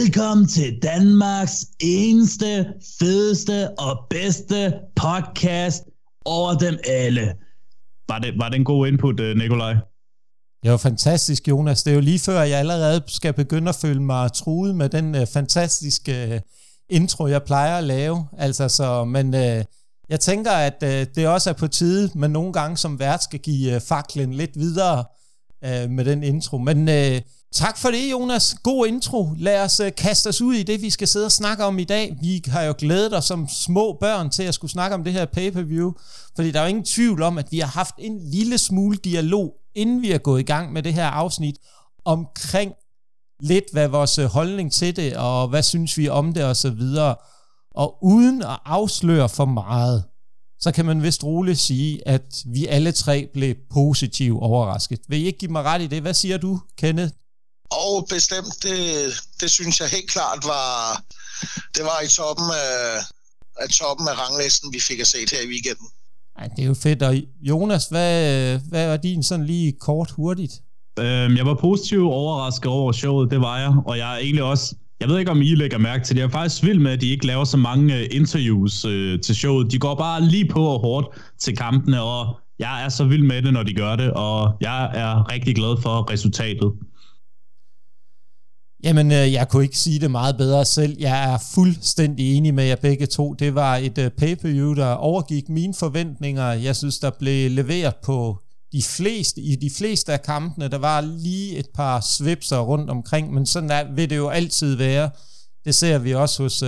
Velkommen til Danmarks eneste, fedeste og bedste podcast over dem alle. Var det en god input, Nikolaj? Det var fantastisk, Jonas. Det er jo lige før, jeg allerede skal begynde at føle mig truet med den fantastiske intro, jeg plejer at lave. Men jeg tænker, at det også er på tide, men nogle gange som vært skal give faklen lidt videre med den intro. Men tak for det, Jonas. God intro. Lad os kaste os ud i det, vi skal sidde og snakke om i dag. Vi har jo glædet os som små børn til at skulle snakke om det her pay-per-view, fordi der er jo ingen tvivl om, at vi har haft en lille smule dialog, inden vi er gået i gang med det her afsnit, omkring lidt, hvad vores holdning til det, og hvad synes vi om det, og så videre. Og uden at afsløre for meget, så kan man vist roligt sige, at vi alle tre blev positivt overrasket. Vil I ikke give mig ret i det? Hvad siger du, Kenneth? Og bestemt, det synes jeg helt klart var i toppen af ranglisten, vi fik at se her i weekenden. Ej, det er jo fedt. Og Jonas, hvad var din sådan lige kort hurtigt? Jeg var positivt overrasket over showet, det var jeg. Og jeg er egentlig også, jeg ved ikke om I lægger mærke til det, jeg er faktisk vild med, at de ikke laver så mange interviews til showet. De går bare lige på og hårdt til kampene, og jeg er så vild med det, når de gør det, og jeg er rigtig glad for resultatet. Jamen, jeg kunne ikke sige det meget bedre selv. Jeg er fuldstændig enig med jer begge to. Det var et pay-per-view, der overgik mine forventninger. Jeg synes, der blev leveret på de fleste af kampene. Der var lige et par svipser rundt omkring, men sådan vil det jo altid være. Det ser vi også hos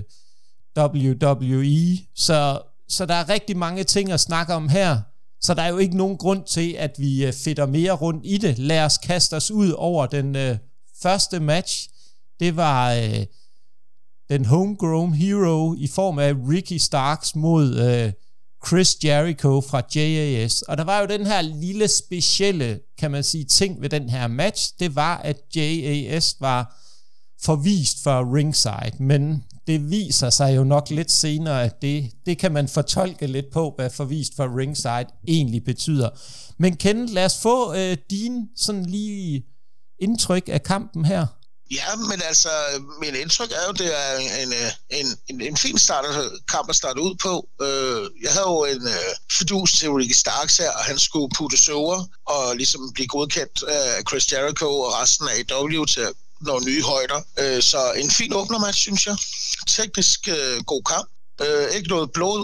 WWE. Så der er rigtig mange ting at snakke om her. Så der er jo ikke nogen grund til, at vi fedter mere rundt i det. Lad os kaste os ud over den første match. Det var den homegrown hero i form af Ricky Starks mod Chris Jericho fra JAS. Og der var jo den her lille specielle, kan man sige, ting ved den her match. Det var, at JAS var forvist fra ringside. Men det viser sig jo nok lidt senere, at det kan man fortolke lidt på, hvad forvist fra ringside egentlig betyder. Men Kenneth, lad os få din sådan lige indtryk af kampen her. Ja, men altså, min indtryk er jo, det er en fin kamp at starte ud på. Jeg havde jo en fidus til Ricky Starks her, og han skulle puttes over og ligesom blive godkendt af Chris Jericho og resten af AEW til nogle nye højder. Så en fin åbnermatch, synes jeg. Teknisk god kamp. Ikke noget blod.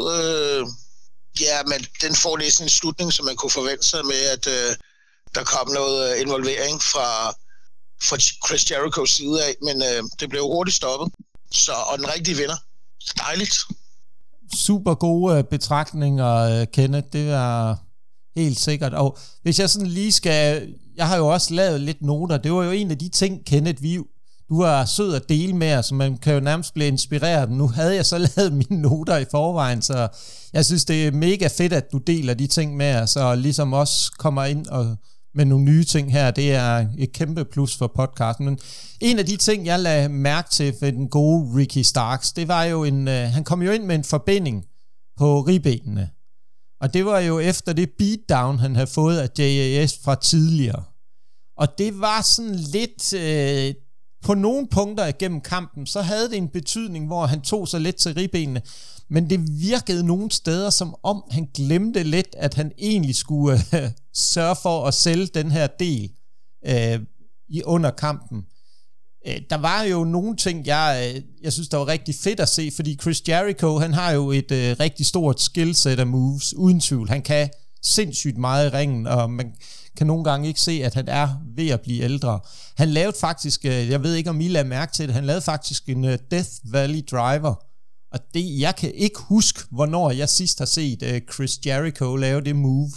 Ja, men den får næsten en slutning, som man kunne forvente sig med, at der kom noget involvering fra Chris Jerichos side af, men det blev hurtigt stoppet. Og den rigtige vinder. Dejligt. Super gode betragtninger, Kenneth. Det er helt sikkert. Og hvis jeg sådan lige skal... Jeg har jo også lavet lidt noter. Det var jo en af de ting, Kenneth, du er sød at dele med os, så man kan jo nærmest blive inspireret. Nu havde jeg så lavet mine noter i forvejen, så jeg synes, det er mega fedt, at du deler de ting med os, og ligesom også kommer ind og med nogle nye ting her. Det er et kæmpe plus for podcasten. Men en af de ting, jeg lagde mærke til ved den gode Ricky Starks, det var jo han kom jo ind med en forbinding på ribbenene. Og det var jo efter det beatdown, han havde fået af JAS fra tidligere. Og det var sådan lidt... på nogle punkter igennem kampen, så havde det en betydning, hvor han tog sig lidt til ribbenene. Men det virkede nogle steder, som om han glemte lidt, at han egentlig skulle sørge for at sælge den her del under kampen. Der var jo nogle ting, jeg synes, der var rigtig fedt at se, fordi Chris Jericho, han har jo et rigtig stort skillset af moves, uden tvivl. Han kan sindssygt meget i ringen, og man kan nogle gange ikke se, at han er ved at blive ældre. Han lavede faktisk, jeg ved ikke om I lader mærke til det, han lavede faktisk en Death Valley Driver, og jeg kan ikke huske, hvornår jeg sidst har set Chris Jericho lave det move.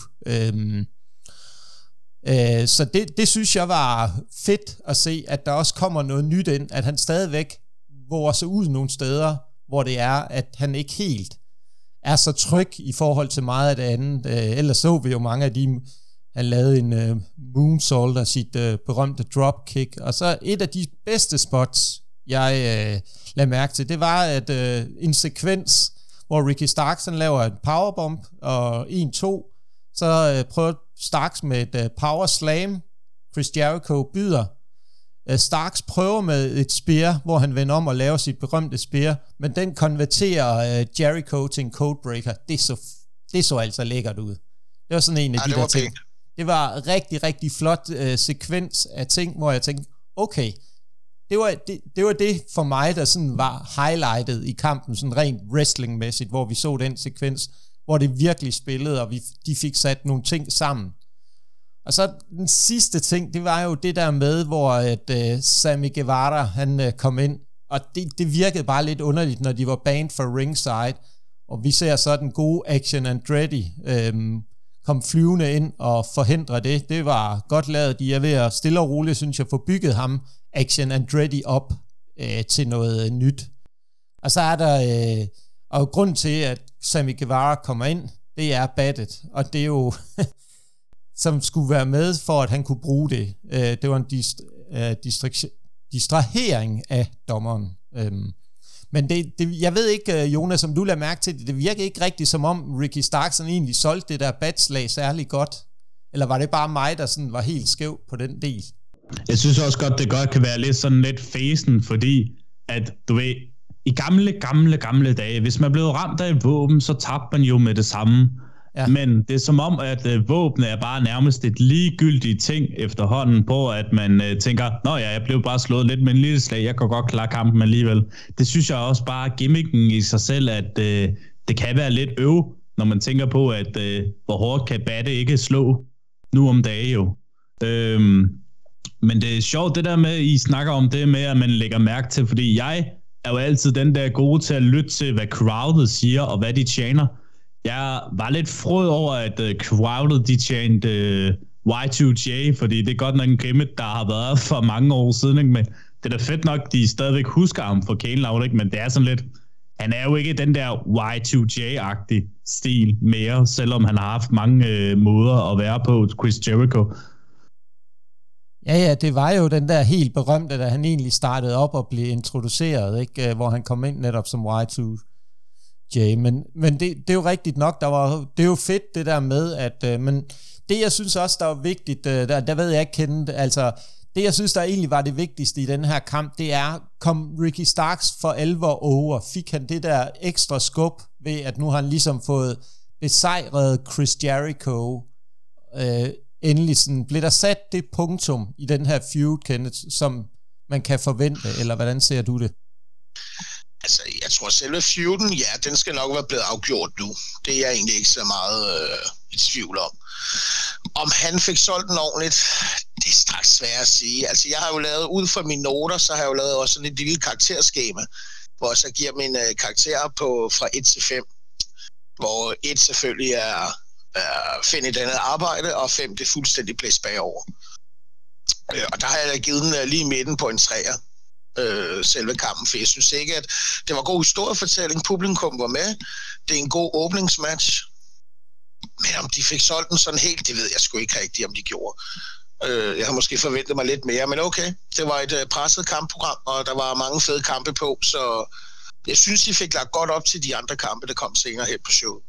Så det synes jeg var fedt at se, at der også kommer noget nyt ind, at han stadigvæk våger sig ud nogle steder, hvor det er, at han ikke helt er så tryg i forhold til meget af det andet. Ellers så vi jo mange af de, han lavede en moonsault af sit berømte dropkick, og så et af de bedste spots, jeg lagde mærke til, det var at en sekvens, hvor Ricky Starks han laver en powerbomb og 1-2, så prøver Starks med et power slam, Chris Jericho byder Starks prøver med et spear, hvor han vender om og laver sit berømte spear, men den konverterer Jericho til en codebreaker. Det så altså lækkert ud. Det var sådan en af de der ting. Det var rigtig, rigtig flot sekvens af ting, hvor jeg tænkte, okay, det var det for mig, der sådan var highlightet i kampen, sådan rent wrestlingmæssigt, hvor vi så den sekvens, hvor det virkelig spillede, og de fik sat nogle ting sammen. Og så den sidste ting, det var jo det der med, hvor Sammy Guevara, han kom ind, og det virkede bare lidt underligt, når de var banned for ringside, og vi ser så den gode Action Andretti kom flyvende ind og forhindre det. Det var godt lavet. De er ved at stille og roligt, synes jeg, få bygget ham, Action Andretti, op til noget nyt. Og så er der, og grund til, at Sammy Guevara kommer ind, det er battet, og det er jo, som skulle være med, for at han kunne bruge det. Det var en distrahering af dommeren. Men jeg ved ikke, Jonas, om du lader mærke til det, det virker ikke rigtigt, som om Ricky Starks egentlig solgte det der batslag særlig godt. Eller var det bare mig, der sådan var helt skæv på den del? Jeg synes også godt, det godt kan være lidt sådan lidt fæsen, fordi at, du ved, i gamle dage, hvis man blev ramt af et våben, så tabte man jo med det samme. Ja. Men det er som om, at våbnet er bare nærmest et ligegyldigt ting efterhånden på, at man tænker, nå ja, jeg blev bare slået lidt med en lille slag, jeg kan godt klare kampen alligevel. Det synes jeg også bare gimmicken i sig selv, at det kan være lidt når man tænker på, at hvor hårdt kan batte ikke slå nu om dage jo. Men det er sjovt det der med, I snakker om det med, at man lægger mærke til, fordi jeg er jo altid den der gode til at lytte til, hvad crowdet siger og hvad de tjener. Jeg var lidt frød over, at crowdet, de tjente Y2J, fordi det er godt nok en gimmick, der har været for mange år siden, ikke? Men det er da fedt nok, de stadigvæk husker ham for Kane Loud, ikke? Men det er sådan lidt, han er jo ikke den der Y2J-agtige stil mere, selvom han har haft mange måder at være på, Chris Jericho. Ja, det var jo den der helt berømte, da han egentlig startede op og blev introduceret, ikke? Hvor han kom ind netop som Y2J. Men det er jo rigtigt nok, det er jo fedt det der med, at men det jeg synes også, der var vigtigt, der ved jeg ikke kende, altså det jeg synes, der egentlig var det vigtigste i den her kamp, det er, kom Ricky Starks for alvor over, fik han det der ekstra skub ved, at nu har han ligesom fået besejret Chris Jericho, endelig sådan, blev der sat det punktum i den her feud, Kenneth, som man kan forvente, eller hvordan ser du det? Altså, jeg tror selve feuden, ja, den skal nok være blevet afgjort nu. Det er jeg egentlig ikke så meget i tvivl om. Om han fik solgt den ordentligt, det er straks svært at sige. Altså, jeg har jo lavet, ud fra mine noter, så har jeg jo lavet også sådan et lille karakterskema, hvor jeg så giver mine karakterer fra 1 til 5. Hvor 1 selvfølgelig er finde et andet arbejde, og 5 det er fuldstændig blæst bagover. Og der har jeg givet den lige i midten på en 3'er. Selve kampen, for jeg synes ikke, at det var god historiefortælling, publikum var med, det er en god åbningsmatch, men om de fik solgt den sådan helt, det ved jeg sgu ikke rigtigt, om de gjorde. Jeg har måske forventet mig lidt mere, men okay, det var et presset kampprogram, og der var mange fede kampe på, så jeg synes, de fik lagt godt op til de andre kampe, der kom senere hen på showet.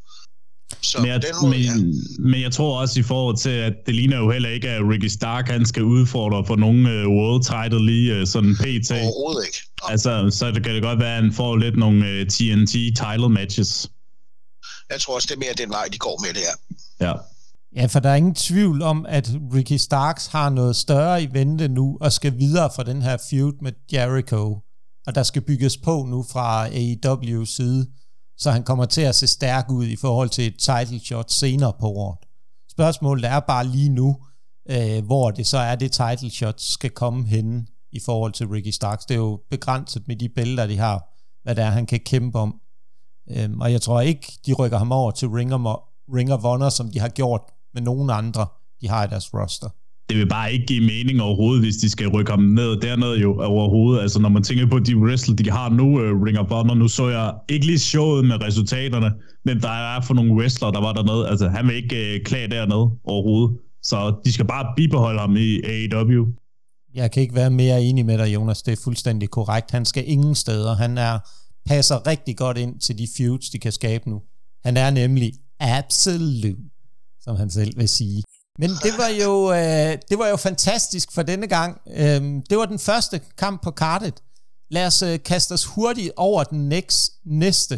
Men jeg tror også i forhold til, at det ligner jo heller ikke, at Ricky Stark han skal udfordre for nogen world title lige sådan pt. Overhovedet ikke. Altså, så kan det godt være, at han får lidt nogle TNT title matches. Jeg tror også, det er mere den vej, de går med det her. Ja. Ja, for der er ingen tvivl om, at Ricky Starks har noget større i vente nu, og skal videre fra den her feud med Jericho. Og der skal bygges på nu fra AEW's side, så han kommer til at se stærk ud i forhold til et title shot senere på året. Spørgsmålet er bare lige nu, hvor det så er, det title shot skal komme henne i forhold til Ricky Starks. Det er jo begrænset med de bælter, de har, hvad det er, han kan kæmpe om. Og jeg tror ikke, de rykker ham over til Ring of Honor, som de har gjort med nogen andre, de har i deres roster. Det vil bare ikke give mening overhovedet, hvis de skal rykke ham ned dernede jo overhovedet. Altså når man tænker på de wrestlere, de har nu, Ring of Honor, nu så jeg ikke lige showet med resultaterne, men der er for nogle wrestlere, der var dernede. Altså han vil ikke klage dernede overhovedet. Så de skal bare bibeholde ham i AEW. Jeg kan ikke være mere enig med dig, Jonas. Det er fuldstændig korrekt. Han skal ingen steder. Han passer rigtig godt ind til de feuds, de kan skabe nu. Han er nemlig absolut, som han selv vil sige. Men det var jo fantastisk for denne gang. Det var den første kamp på kartet. Lad os kaste os hurtigt over den næste.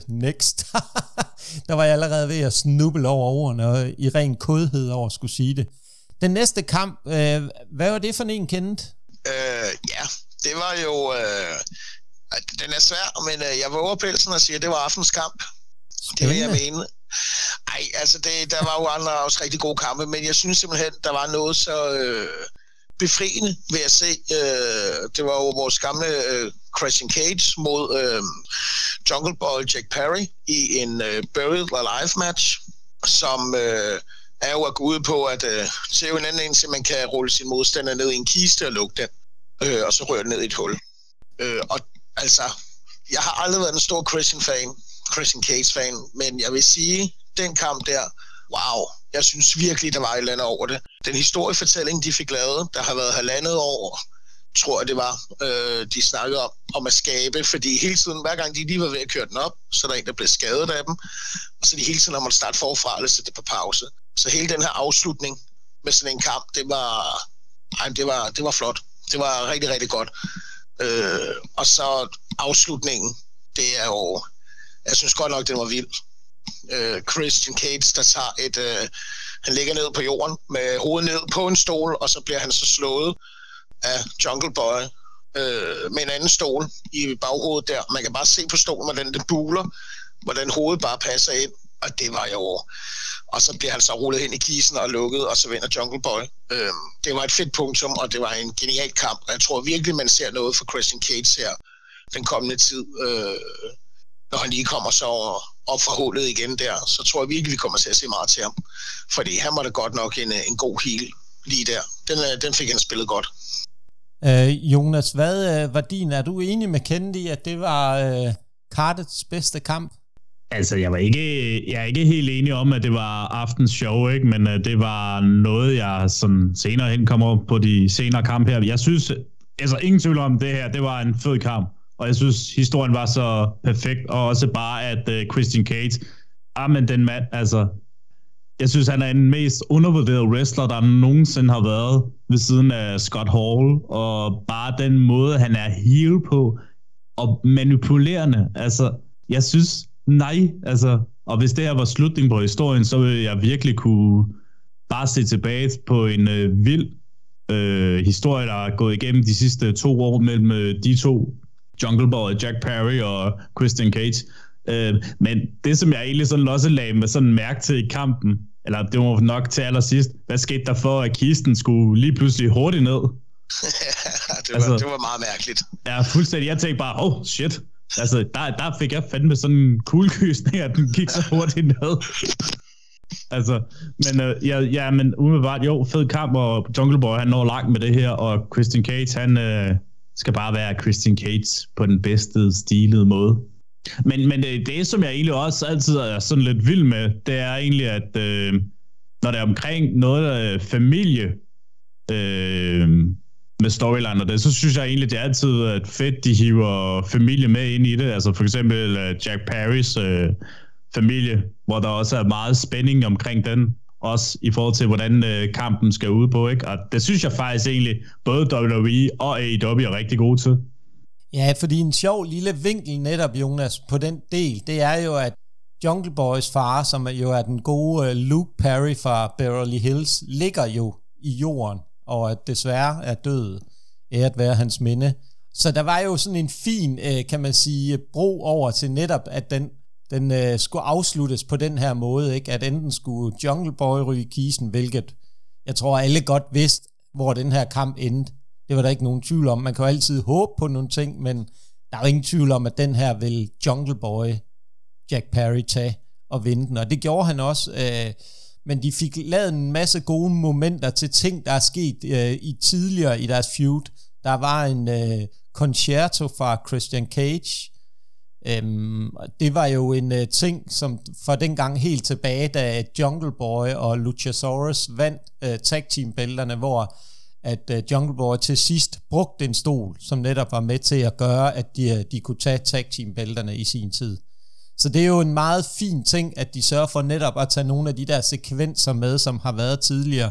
Der var jeg allerede ved at snuble over ordene, og i ren kodhed over at skulle sige det. Den næste kamp, hvad var det for en, Kenneth? Ja, det var jo... den er svær, men jeg var over pelsen og siger, at det var aftens kamp. Det vil jeg mene. Ej, altså der var jo andre også rigtig gode kampe, men jeg synes simpelthen, der var noget så befriende ved at se. Det var jo vores gamle Christian Cage mod Jungle Boy Jack Perry i en Buried Alive match, som er jo at gå ud på at se en anden indtil man kan rulle sin modstander ned i en kiste og lukke den, og så røre den ned i et hul. Og altså, jeg har aldrig været en stor Christian Cage-fan, men jeg vil sige, den kamp der, wow, jeg synes virkelig, der var et eller andet over det. Den historiefortælling, de fik lavet, der har været 1,5 år, tror jeg det var, de snakkede om at skabe, fordi hele tiden, hver gang de lige var ved at køre den op, så er der en, der blev skadet af dem, og så de hele tiden, når man starte forfra, eller sætte det på pause. Så hele den her afslutning med sådan en kamp, det var flot. Det var rigtig, rigtig godt. Og så afslutningen, det er jo, jeg synes godt nok, den var vild. Christian Cage, der tager han ligger ned på jorden med hovedet ned på en stol, og så bliver han så slået af Jungle Boy med en anden stol i baghovedet der. Man kan bare se på stolen, hvordan det buler, hvordan hovedet bare passer ind, og det var jo... Og så bliver han så rullet ind i kisten og lukket, og så vinder Jungle Boy. Det var et fedt punktum, og det var en genial kamp, og jeg tror virkelig, man ser noget for Christian Cage her den kommende tid. Når han lige kommer så op fra hullet igen der, så tror jeg virkelig, vi kommer til at se meget til ham. Fordi han var da godt nok en god heel lige der. Den fik han spillet godt. Jonas, hvad var din? Er du enig med Kennedy i, at det var kartets bedste kamp? Altså, jeg er ikke helt enig om, at det var aftens show, ikke? Men det var noget, jeg sådan senere hen kommer på de senere kampe her. Jeg synes, altså ingen tvivl om det her, det var en fed kamp. Og jeg synes, historien var så perfekt, og også bare, at Christian Cage, men den mand, altså, jeg synes, han er den mest undervurderede wrestler, der nogensinde har været ved siden af Scott Hall, og bare den måde, han er heel på, og manipulerende, altså, jeg synes, nej, altså, og hvis det her var slutningen på historien, så ville jeg virkelig kunne bare se tilbage på en vild historie, der er gået igennem de sidste 2 år mellem de to, Jungle Boy, Jack Perry og Christian Cage. Men det, som jeg egentlig sådan også lagde med sådan mærke til i kampen, eller det var nok til allersidst, hvad skete der for, at kisten skulle lige pludselig hurtigt ned? det var meget mærkeligt. Ja, fuldstændig. Jeg tænkte bare, shit. Altså, der fik jeg fandme sådan en kuglekysning, at den gik så hurtigt ned. Altså, men men umiddelbart, jo, fed kamp, og Jungle Boy, han når langt med det her, og Christian Cage, han skal bare være Christian Cage på den bedste stilede måde. Men det, som jeg egentlig også altid er sådan lidt vild med, det er egentlig, at når det er omkring noget familie med storyline og det, så synes jeg egentlig, det er altid at fedt, de hiver familie med ind i det. Altså for eksempel Jack Perrys familie, hvor der også er meget spænding omkring den, også i forhold til, hvordan kampen skal ud på, ikke? Og det synes jeg faktisk egentlig, både WWE og AEW er rigtig gode til. Ja, fordi en sjov lille vinkel netop, Jonas, på den del, det er jo, at Jungle Boys far, som jo er den gode Luke Perry fra Beverly Hills, ligger jo i jorden, og at desværre er død, æret være hans minde. Så der var jo sådan en fin, kan man sige, bro over til netop, at den skulle afsluttes på den her måde, ikke? At enten skulle Jungle Boy ryge i kisten, hvilket jeg tror alle godt vidste, hvor den her kamp endte. Det var der ikke nogen tvivl om. Man kan jo altid håbe på nogle ting, men der er jo ingen tvivl om, at den her vil Jungle Boy, Jack Perry, tage og vinde den. Og det gjorde han også, men de fik lavet en masse gode momenter til ting, der er sket i tidligere i deres feud. Der var en concerto fra Christian Cage. Det var jo en ting, som for dengang helt tilbage, da Jungle Boy og Luchasaurus vandt tag team bælterne, hvor at Jungle Boy til sidst brugte en stol, som netop var med til at gøre, at de kunne tage tag team bælterne i sin tid. Så det er jo en meget fin ting, at de sørger for netop at tage nogle af de der sekvenser med, som har været tidligere.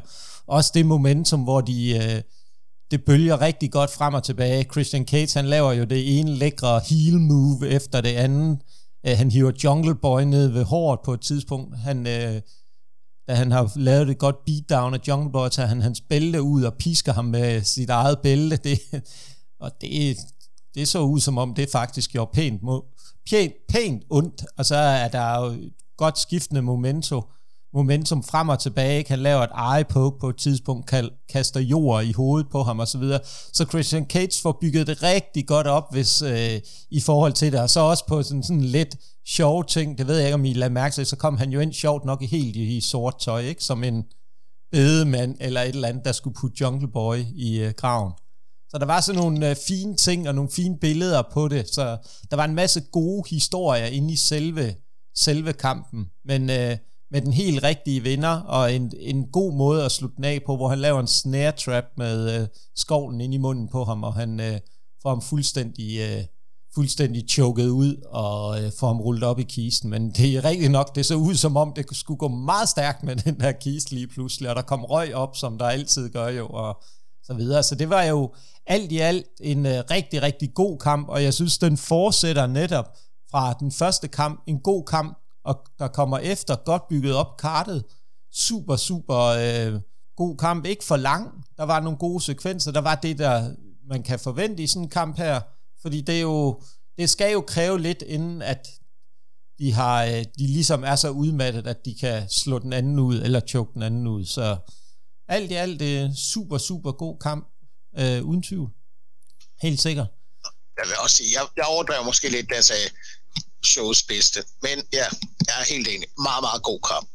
også det momentum, hvor det bølger rigtig godt frem og tilbage. Christian Cage, han laver jo det ene lækre heel move efter det andet. Han hiver Jungle Boy ned ved håret på et tidspunkt. Da han har lavet et godt beatdown af Jungle Boy, tager han hans bælte ud og pisker ham med sit eget bælte. Det så ud, som om det faktisk gjorde pænt ondt, og så er der jo godt skiftende momentum frem og tilbage. Han laver et eye poke på et tidspunkt, kaster jord i hovedet på ham og så videre. Så Christian Cage får bygget det rigtig godt op, hvis i forhold til det, og så også på sådan lidt sjove ting, det ved jeg ikke, om I lader mærke til, så kom han jo ind sjovt nok helt i sort tøj, ikke? Som en bedemand eller et eller andet, der skulle putte Jungle Boy i graven. Så der var sådan nogle fine ting og nogle fine billeder på det, så der var en masse gode historier inde i selve kampen, men med den helt rigtige vinder, og en god måde at slutte den af på, hvor han laver en snare trap med skovlen ind i munden på ham, og han får ham fuldstændig choket ud, og får ham rullet op i kisten. Men det er rigtigt nok, det så ud som om, det skulle gå meget stærkt med den her kiste lige pludselig, og der kom røg op, som der altid gør jo, og så videre. Så det var jo alt i alt en rigtig, rigtig god kamp, og jeg synes, den fortsætter netop fra den første kamp, en god kamp, og der kommer efter, godt bygget op kartet, super god kamp, ikke for lang, der var nogle gode sekvenser, der var det, der man kan forvente i sådan en kamp her, fordi det skal jo kræve lidt, inden at de ligesom er så udmattet, at de kan slå den anden ud, eller choke den anden ud, så alt i alt det er super god kamp, uden tvivl, helt sikkert. Jeg vil også sige, jeg overdrev måske lidt, da jeg sagde shows bedste, men ja, jeg er helt enig. Meget god kamp.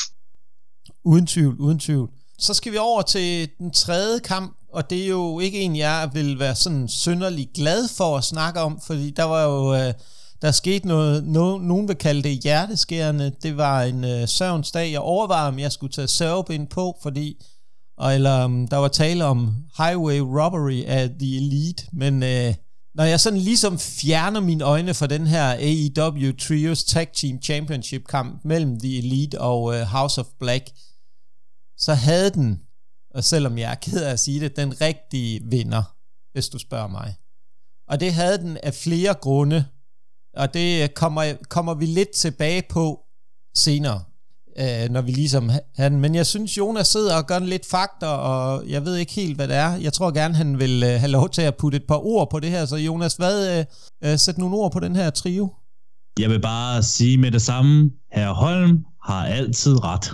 Uden tvivl. Så skal vi over til den tredje kamp, og det er jo ikke en, jeg vil være sådan synderlig glad for at snakke om, fordi der var jo, der skete noget, nogen vil kalde det hjerteskærende. Det var en søvnsdag. Jeg overvejede, om jeg skulle tage servebind på, eller der var tale om highway robbery af The Elite, men når jeg sådan ligesom fjerner mine øjne fra den her AEW Trios Tag Team Championship kamp mellem The Elite og House of Black, så havde den, og selvom jeg er ked af at sige det, den rigtige vinder, hvis du spørger mig. Og det havde den af flere grunde, og det kommer vi lidt tilbage på senere, når vi ligesom havde den. Men jeg synes, Jonas sidder og gør den lidt fakter, og jeg ved ikke helt, hvad det er. Jeg tror gerne, han vil have lov til at putte et par ord på det her. Så Jonas, sæt nogle ord på den her trio. Jeg vil bare sige med det samme, Herr Holm har altid ret.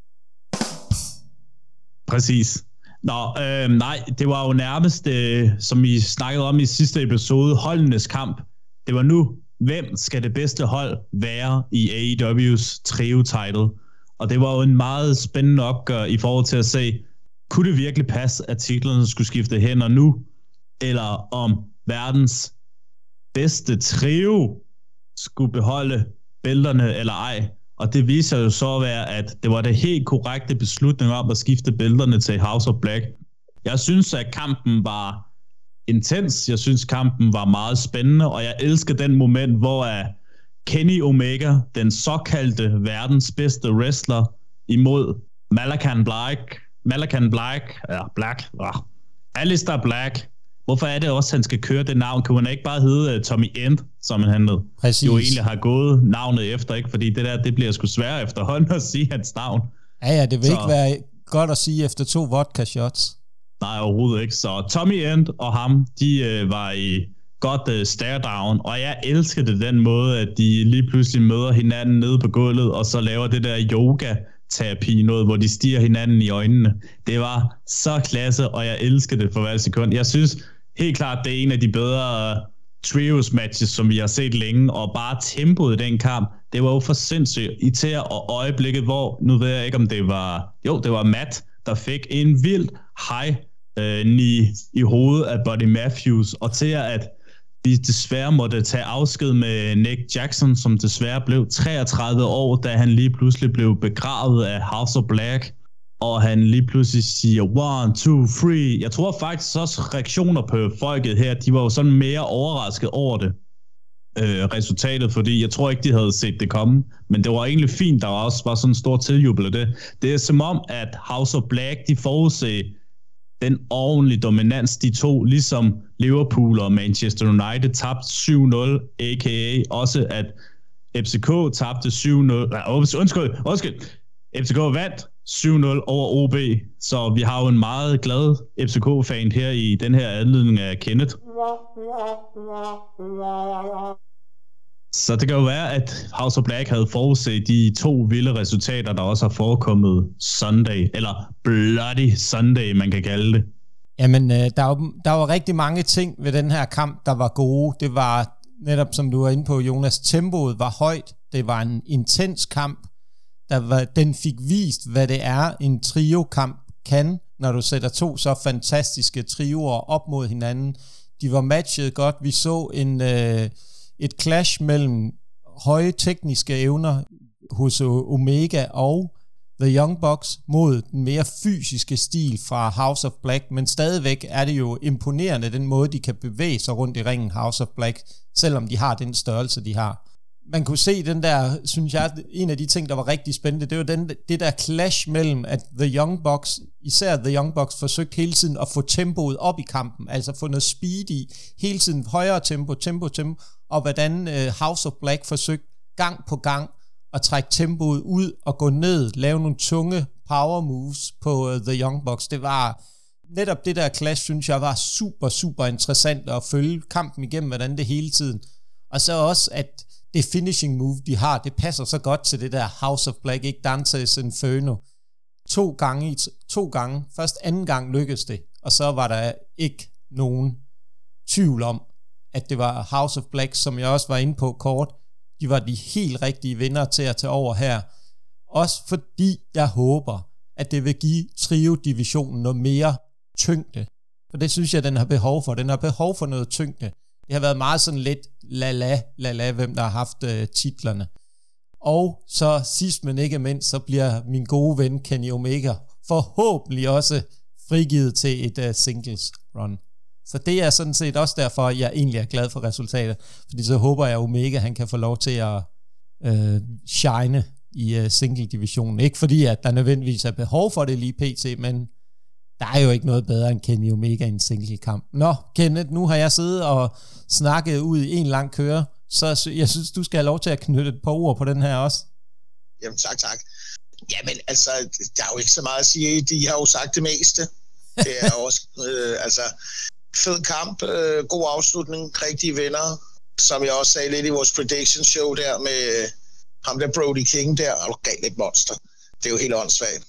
Præcis. Nej, det var jo nærmest, som I snakkede om i sidste episode, holdenes kamp. Det var nu, hvem skal det bedste hold være i AEW's trio-title? Og det var jo en meget spændende opgør i forhold til at se, kunne det virkelig passe, at titlerne skulle skifte hænder nu? Eller om verdens bedste trio skulle beholde bælterne eller ej? Og det viser jo så at være, at det var det helt korrekte beslutning om at skifte bælterne til House of Black. Jeg synes, at kampen var intens. Jeg synes, kampen var meget spændende, og jeg elsker den moment, hvor Kenny Omega, den såkaldte verdens bedste wrestler, imod Aleister Black. Hvorfor er det også, han skal køre det navn? Kunne han ikke bare hedde Tommy End, som han hed? Præcis. Jo egentlig har gået navnet efter, ikke? Fordi det bliver sgu svært efterhånden at sige hans navn. Ja, det vil ikke være godt at sige efter 2 vodka shots. Nej, overhovedet ikke. Så Tommy End og ham, de var i godt stare down, og jeg elskede den måde, at de lige pludselig møder hinanden nede på gulvet, og så laver det der yoga-terapi, noget, hvor de stiger hinanden i øjnene. Det var så klasse, og jeg elskede det for hver sekund. Jeg synes helt klart, det er en af de bedre trios matches, som vi har set længe, og bare tempoet i den kamp, det var jo for sindssygt irriterende, og øjeblikket, hvor, nu ved jeg ikke, om det var Matt, der fik en vild high knee i hovedet af Buddy Matthews, og til at vi desværre måtte tage afsked med Nick Jackson, som desværre blev 33 år, da han lige pludselig blev begravet af House of Black, og han lige pludselig siger 1, 2, 3. Jeg tror faktisk også reaktioner på folket her, de var jo sådan mere overrasket over det. resultatet, fordi jeg tror ikke, de havde set det komme. Men det var egentlig fint, der også var sådan en stor tiljubel af det. Det er som om, at House of Black, de forudser den ordentlige dominans, de to, ligesom Liverpool og Manchester United tabte 7-0, a.k.a. også at FCK tabte 7-0. Undskyld. FCK vandt 7-0 over OB, så vi har jo en meget glad FCK-fan her i den her anledning af Kenneth. Så det kan jo være, at House of Black havde forudset de to vilde resultater, der også har forekommet Sunday, eller Bloody Sunday, man kan kalde det. Jamen, der var rigtig mange ting ved den her kamp, der var gode. Det var netop, som du var inde på, Jonas, tempoet var højt. Det var en intens kamp. Den fik vist, hvad det er, en trio-kamp kan, når du sætter to så fantastiske trioer op mod hinanden. De var matchet godt. Vi så et clash mellem høje tekniske evner hos Omega og The Young Bucks mod den mere fysiske stil fra House of Black, men stadigvæk er det jo imponerende, den måde, de kan bevæge sig rundt i ringen, House of Black, selvom de har den størrelse, de har. Man kunne se den der, synes jeg, en af de ting, der var rigtig spændende, det var det der clash mellem, at The Young Bucks, især The Young Bucks, forsøgte hele tiden at få tempoet op i kampen, altså få noget speed i, hele tiden højere tempo, og hvordan House of Black forsøgte gang på gang at trække tempoet ud og gå ned, lave nogle tunge power moves på The Young Bucks. Det var netop det der clash, synes jeg, var super, super interessant at følge kampen igennem, hvordan det hele tiden. Og så også, at det finishing move, de har, det passer så godt til det der House of Black, ikke? Dante's Inferno. To gange. Først anden gang lykkedes det, og så var der ikke nogen tvivl om, at det var House of Black, som jeg også var inde på kort. De var de helt rigtige vinder til at tage over her. Også fordi jeg håber, at det vil give trio-divisionen noget mere tyngde. For det synes jeg, den har behov for. Den har behov for noget tyngde. Det har været meget sådan lidt la-la, hvem der har haft titlerne. Og så sidst men ikke mindst, så bliver min gode ven Kenny Omega forhåbentlig også frigivet til et singles run. Så det er sådan set også derfor, jeg egentlig er glad for resultatet. Fordi så håber jeg, at Omega han kan få lov til at shine i single-divisionen. Ikke fordi, at der nødvendigvis er behov for det lige pt, men der er jo ikke noget bedre end Kenny Omega i en single-kamp. Nå, Kenneth, nu har jeg siddet og snakket ud i en lang køre, så jeg synes, du skal have lov til at knytte et par ord på den her også. Jamen, tak. Jamen, altså, der er jo ikke så meget at sige. De har jo sagt det meste. Det er også, fed kamp, god afslutning, rigtige vinder. Som jeg også sagde lidt i vores prediction show der med ham der Brody King der, og gav lidt monster. Det er jo helt åndssvagt.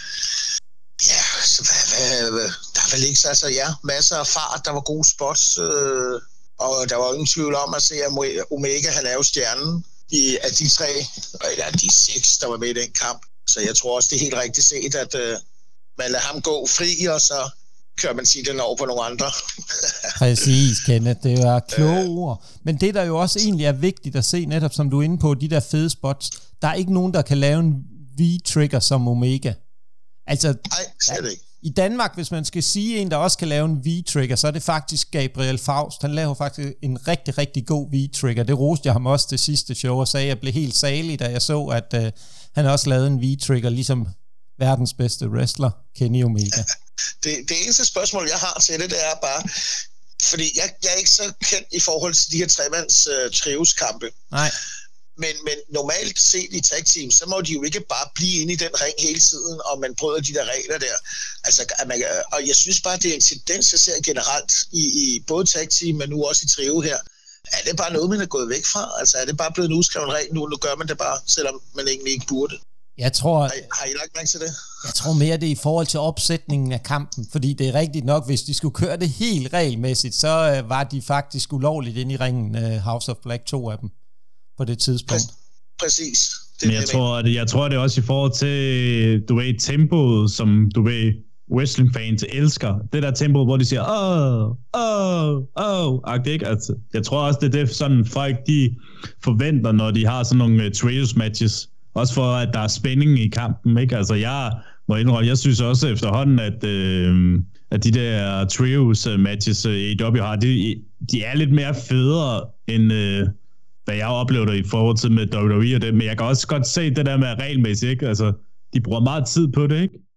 Ja, så der er vel ikke så, altså ja, masser af fart, der var gode spots, og der var ingen tvivl om at se, at Omega, han er jo stjernen af de tre, eller de 6, der var med i den kamp. Så jeg tror også, det er helt rigtigt set, at man lader ham gå fri, og så kører man sige den over på nogle andre. Præcis, Kenneth, det er kloge ord. Men det, der jo også egentlig er vigtigt at se, netop som du er inde på, de der fede spots, der er ikke nogen, der kan lave en V-trigger som Omega. Altså, nej, slet ikke. I Danmark, hvis man skal sige en, der også kan lave en V-trigger, så er det faktisk Gabriel Faust. Han laver faktisk en rigtig, rigtig god V-trigger. Det roste jeg ham også det sidste show, og sagde, at jeg blev helt salig, da jeg så, at han også lavede en V-trigger, ligesom verdens bedste wrestler, Kenny Omega. Det eneste spørgsmål, jeg har til det er bare, fordi jeg er ikke så kendt i forhold til de her tremands trioskampe. Nej. Men normalt set i tag team, så må de jo ikke bare blive inde i den ring hele tiden, og man bryder de der regler der. Altså, og jeg synes bare, det er en tendens, jeg ser generelt i både tag team, men nu også i trio her. Er det bare noget, man er gået væk fra? Altså, er det bare blevet en udskrevet regel nu? Nu gør man det bare, selvom man egentlig ikke burde. Jeg tror, har I lagt mærke til det? Jeg tror mere, det er i forhold til opsætningen af kampen, fordi det er rigtigt nok, hvis de skulle køre det helt regelmæssigt, så var de faktisk ulovligt inde i ringen, House of Black, 2 af dem, på det tidspunkt. Præcis. Men jeg tror, det er også i forhold til, du ved, tempoet, som du ved, wrestling-fans elsker. Det der tempo, hvor de siger, ikke? Altså, jeg tror også, det er det, sådan folk, de forventer, når de har sådan nogle trios matches. Også for, at der er spænding i kampen, ikke? Altså, jeg må indrømme, jeg synes også efterhånden, at de der trios matches i AEW har, de er lidt mere federe, end hvad jeg oplever i forhold til med WWE og det, men jeg kan også godt se det der med regelmæssigt, ikke? Altså, de bruger meget tid på det, ikke?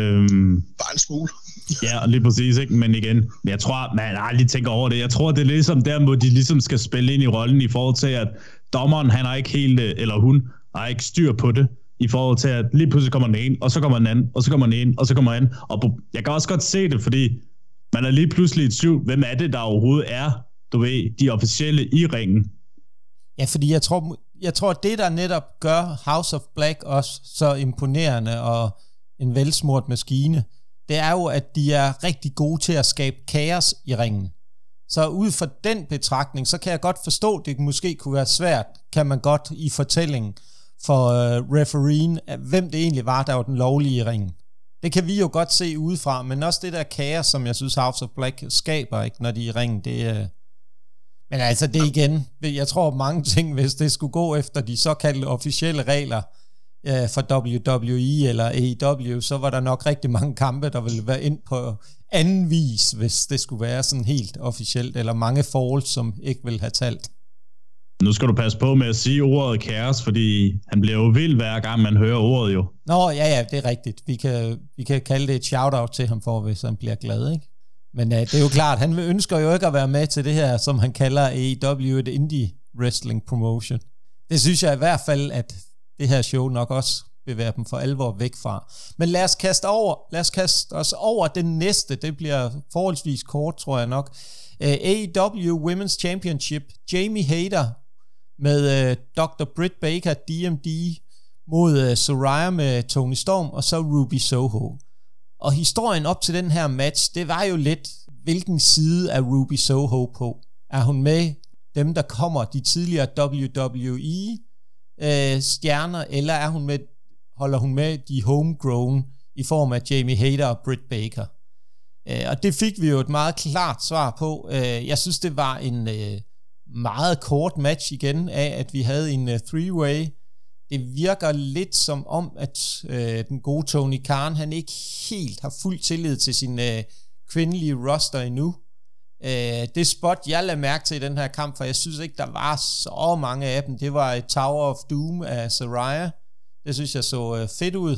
Bare en smule. Ja, lige præcis, ikke? Men igen, jeg tror, man aldrig tænker over det. Jeg tror, det er ligesom der, hvor de ligesom skal spille ind i rollen i forhold til, at dommeren, han har ikke helt, eller hun, har ikke styr på det, i forhold til, at lige pludselig kommer den ene, og så kommer den anden, og så kommer den ene, og så kommer den anden. Og jeg kan også godt se det, fordi man er lige pludselig i tvivl, hvem er det, der overhovedet er, du ved, de officielle i ringen. Ja, fordi jeg tror, det der netop gør House of Black også så imponerende og en velsmurt maskine, det er jo, at de er rigtig gode til at skabe kaos i ringen. Så ud fra den betragtning, så kan jeg godt forstå, at det måske kunne være svært, kan man godt i fortællingen for refereen, hvem det egentlig var, der var den lovlige i ringen. Det kan vi jo godt se udefra, men også det der kaos, som jeg synes House of Black skaber, ikke, når de er i ringen, det men altså det igen, jeg tror mange ting, hvis det skulle gå efter de såkaldte officielle regler for WWE eller AEW, så var der nok rigtig mange kampe, der ville være ind på anden vis, hvis det skulle være sådan helt officielt, eller mange falls, som ikke ville have talt. Nu skal du passe på med at sige ordet kaos, fordi han bliver jo vild hver gang, man hører ordet jo. Nå, ja, det er rigtigt. Vi kan kalde det et shout-out til ham for, hvis han bliver glad, ikke? Men det er jo klart, han ønsker jo ikke at være med til det her, som han kalder AEW, et indie wrestling promotion. Det synes jeg i hvert fald, at det her show nok også vil være dem for alvor væk fra. Men lad os kaste os over den næste. Det bliver forholdsvis kort, tror jeg nok. AEW Women's Championship. Jamie Hayter med Dr. Britt Baker, DMD, mod Saraya med Toni Storm, og så Ruby Soho. Og historien op til den her match, det var jo lidt, hvilken side er Ruby Soho på? Er hun med dem, der kommer, de tidligere WWE stjerner, eller er hun med, holder hun med de homegrown i form af Jamie Hayter og Britt Baker? Og det fik vi jo et meget klart svar på. Jeg synes, det var en meget kort match igen af, at vi havde en three-way. Det virker lidt som om, at den gode Tony Khan, han ikke helt har fuld tillid til sin kvindelige roster endnu. Det spot, jeg lagde mærke til i den her kamp, for jeg synes ikke, der var så mange af dem, det var et Tower of Doom af Saraya. Det synes jeg så fedt ud.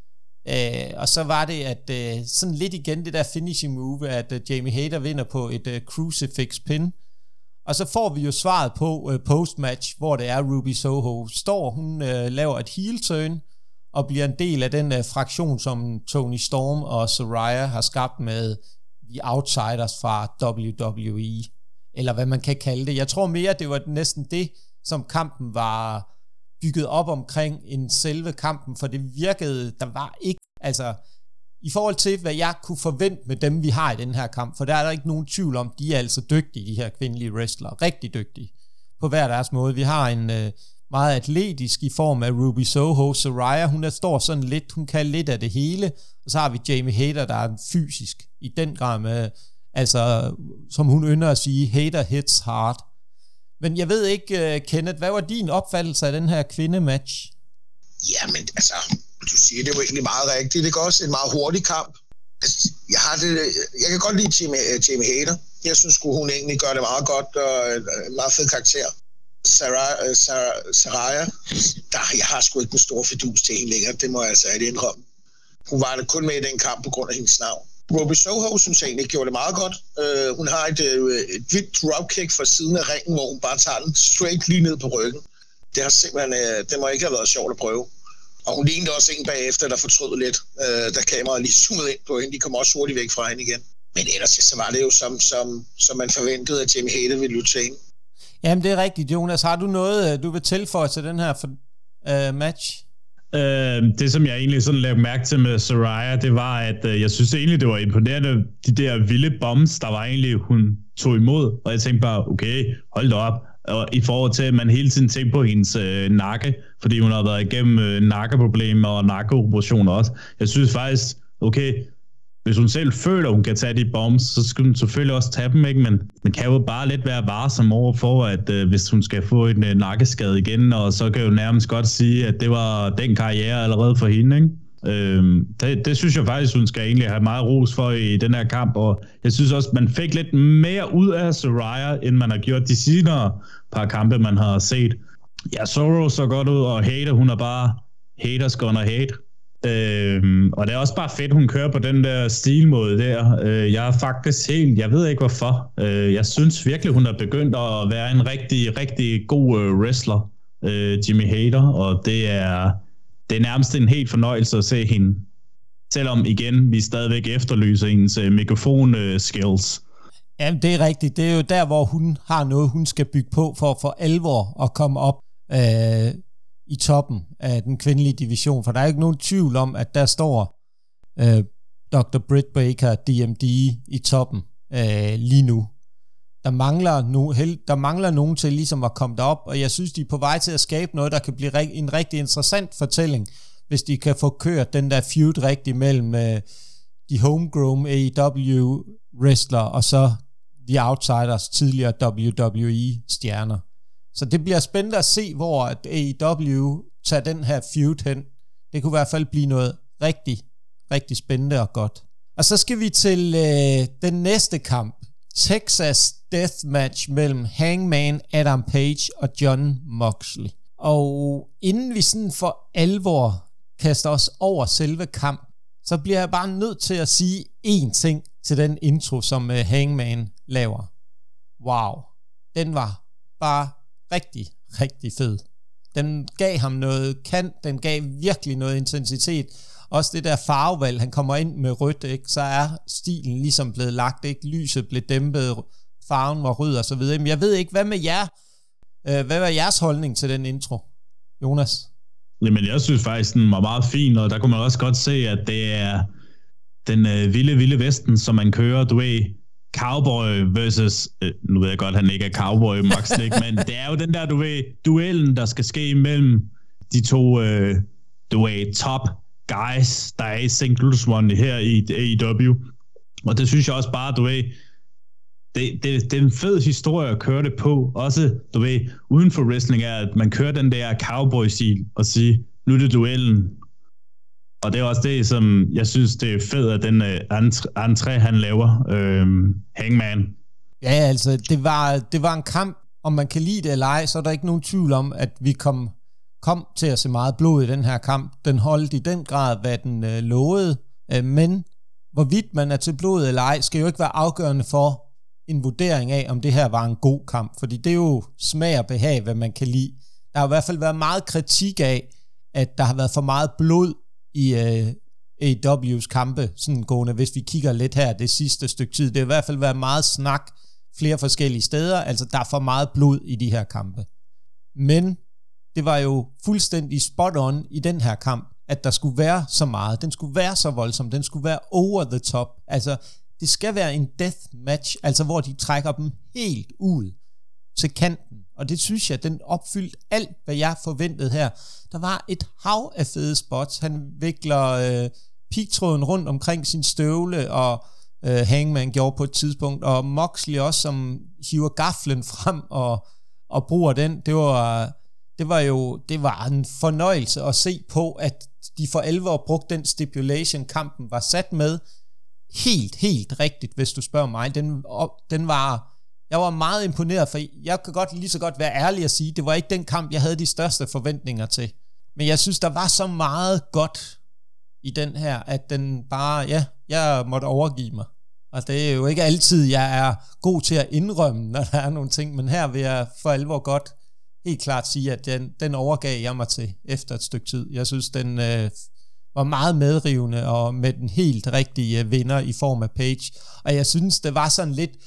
Og så var det, at sådan lidt igen det der finishing move, at Jamie Hayter vinder på et crucifix pin. Og så får vi jo svaret på postmatch, hvor det er Ruby Soho står. Hun laver et heel turn og bliver en del af den fraktion, som Toni Storm og Saraya har skabt med The Outsiders fra WWE. Eller hvad man kan kalde det. Jeg tror mere, det var næsten det, som kampen var bygget op omkring en selve kampen, for det virkede, der var ikke, altså i forhold til, hvad jeg kunne forvente med dem, vi har i den her kamp, for der er der ikke nogen tvivl om, de er altså dygtige, de her kvindelige wrestlere, rigtig dygtige, på hver deres måde. Vi har en meget atletisk i form af Ruby Soho. Saraya, hun står sådan lidt, hun kan lidt af det hele, og så har vi Jamie Hayter, der er fysisk, i den grad med, altså, som hun ynder at sige, Hayter hits hard. Men jeg ved ikke, Kenneth, hvad var din opfattelse af den her kvindematch? Jamen, altså, du siger, det var egentlig meget rigtigt. Det er også en meget hurtig kamp. Altså, jeg kan godt lide Jamie Hayter. Jeg synes hun egentlig gør det meget godt, og en meget fed karakter. Saraya, jeg har sgu ikke en stor fidus til hende længere, det må jeg altså indrømme. Hun var kun med i den kamp på grund af hendes navn. Ruby Soho, synes jeg egentlig gjorde det meget godt. Hun har et vildt dropkick fra siden af ringen, hvor hun bare tager den straight lige ned på ryggen. Det har simpelthen, det må ikke have været sjovt at prøve. Og hun lignede også en bagefter, der fortrød lidt, da kameraet lige zoomede ind på hende. De kom også hurtigt væk fra hende igen. Men ellers så var det jo som man forventede, at Jamie Hayter ville lytte til hende. Jamen det er rigtigt, Jonas. Har du noget, du vil tilføje til den her match? Det som jeg egentlig sådan lavede mærke til med Saraya, det var, at jeg synes egentlig, det var imponerende, de der vilde bombs, der var egentlig, hun tog imod. Og jeg tænkte bare, okay, hold da op. Og i forhold til, at man hele tiden tænkte på hendes nakke, fordi hun har været igennem nakkeproblemer og nakkeoperationer også. Jeg synes faktisk, okay, hvis hun selv føler, at hun kan tage de bombs, så skal hun selvfølgelig også tage dem, ikke? Men man kan jo bare lidt være varsom over for, at hvis hun skal få en nakkeskade igen, og så kan jo nærmest godt sige, at det var den karriere allerede for hende, ikke? Det synes jeg faktisk, hun skal egentlig have meget ros for i den her kamp, og jeg synes også, man fik lidt mere ud af Saraya, end man har gjort de senere par kampe, man har set. Ja, Zoro så godt ud, og Hater, hun er bare haters gonna hate. Og det er også bare fedt, hun kører på den der stilmåde der. Jeg er faktisk jeg ved ikke hvorfor. Jeg synes virkelig, hun er begyndt at være en rigtig, rigtig god wrestler, Jimmy Hater, og det er nærmest en helt fornøjelse at se hende. Selvom igen, vi stadigvæk efterlyser hendes mikrofon-skills. Jamen, det er rigtigt. Det er jo der, hvor hun har noget, hun skal bygge på for alvor at komme op i toppen af den kvindelige division. For der er ikke nogen tvivl om, at der står Dr. Britt Baker, DMD, i toppen lige nu. Der mangler nogen til ligesom at komme derop, og jeg synes, de er på vej til at skabe noget, der kan blive en rigtig interessant fortælling, hvis de kan få kørt den der feud rigtigt mellem de homegrown AEW-wrestler og så The Outsiders, tidligere WWE-stjerner. Så det bliver spændende at se, hvor AEW tager den her feud hen. Det kunne i hvert fald blive noget rigtig, rigtig spændende og godt. Og så skal vi til den næste kamp. Texas Deathmatch mellem Hangman Adam Page og Jon Moxley. Og inden vi sådan for alvor kaster os over selve kamp, så bliver jeg bare nødt til at sige én ting til den intro, som Hangman laver. Wow. Den var bare rigtig, rigtig fed. Den gav ham noget kant, den gav virkelig noget intensitet. Også det der farvevalg, han kommer ind med rødt, ikke? Så er stilen ligesom blevet lagt, ikke? Lyset blev dæmpet, farven var rød og så videre. Men jeg ved ikke, hvad med jer? Hvad var jeres holdning til den intro, Jonas? Jamen, jeg synes faktisk, den var meget fin, og der kunne man også godt se, at det er den vilde vesten, som man kører, du ved, cowboy versus, nu ved jeg godt, han ikke er cowboy, Moxley, men det er jo den der, du ved, duellen, der skal ske mellem de to, du ved, top guys, der er i St. Louis One her i AEW. Og det synes jeg også bare, du ved, det er en fed historie at køre det på. Også, du ved, uden for wrestling er, at man kører den der cowboy-stil og siger, nu er det duellen. Og det er også det, som jeg synes, det er fedt, at den entré, han laver, Hangman. Ja, altså, det var en kamp, om man kan lide det eller ej, så er der ikke nogen tvivl om, at vi kom til at se meget blod i den her kamp. Den holdt i den grad, hvad den lovede, men hvorvidt man er til blod eller ej, skal jo ikke være afgørende for en vurdering af, om det her var en god kamp, fordi det er jo smag og behag, hvad man kan lide. Der har i hvert fald været meget kritik af, at der har været for meget blod i AEW's kampe, sådan gående, hvis vi kigger lidt her det sidste stykke tid. Det har i hvert fald været meget snak flere forskellige steder, altså der er for meget blod i de her kampe. Men det var jo fuldstændig spot on i den her kamp, at der skulle være så meget, den skulle være så voldsom, den skulle være over the top, altså det skal være en death match, altså hvor de trækker dem helt ud til kanten, og det synes jeg, den opfyldte alt, hvad jeg forventede her. Der var et hav af fede spots. Han vikler pigtråden rundt omkring sin støvle, og Hangman gjorde på et tidspunkt, og Moxley også, som hiver gaflen frem og bruger den. Det var en fornøjelse at se på, at de for alvor brugte den stipulation, kampen var sat med. Helt rigtigt, hvis du spørger mig. Jeg var meget imponeret, for jeg kan lige så godt være ærlig at sige, det var ikke den kamp, jeg havde de største forventninger til. Men jeg synes, der var så meget godt i den her, at den bare, jeg måtte overgive mig. Og det er jo ikke altid, jeg er god til at indrømme, når der er nogle ting, men her vil jeg for alvor godt helt klart sige, at den overgav jeg mig til efter et stykke tid. Jeg synes, den var meget medrivende og med den helt rigtige vinder i form af Page. Og jeg synes, det var sådan lidt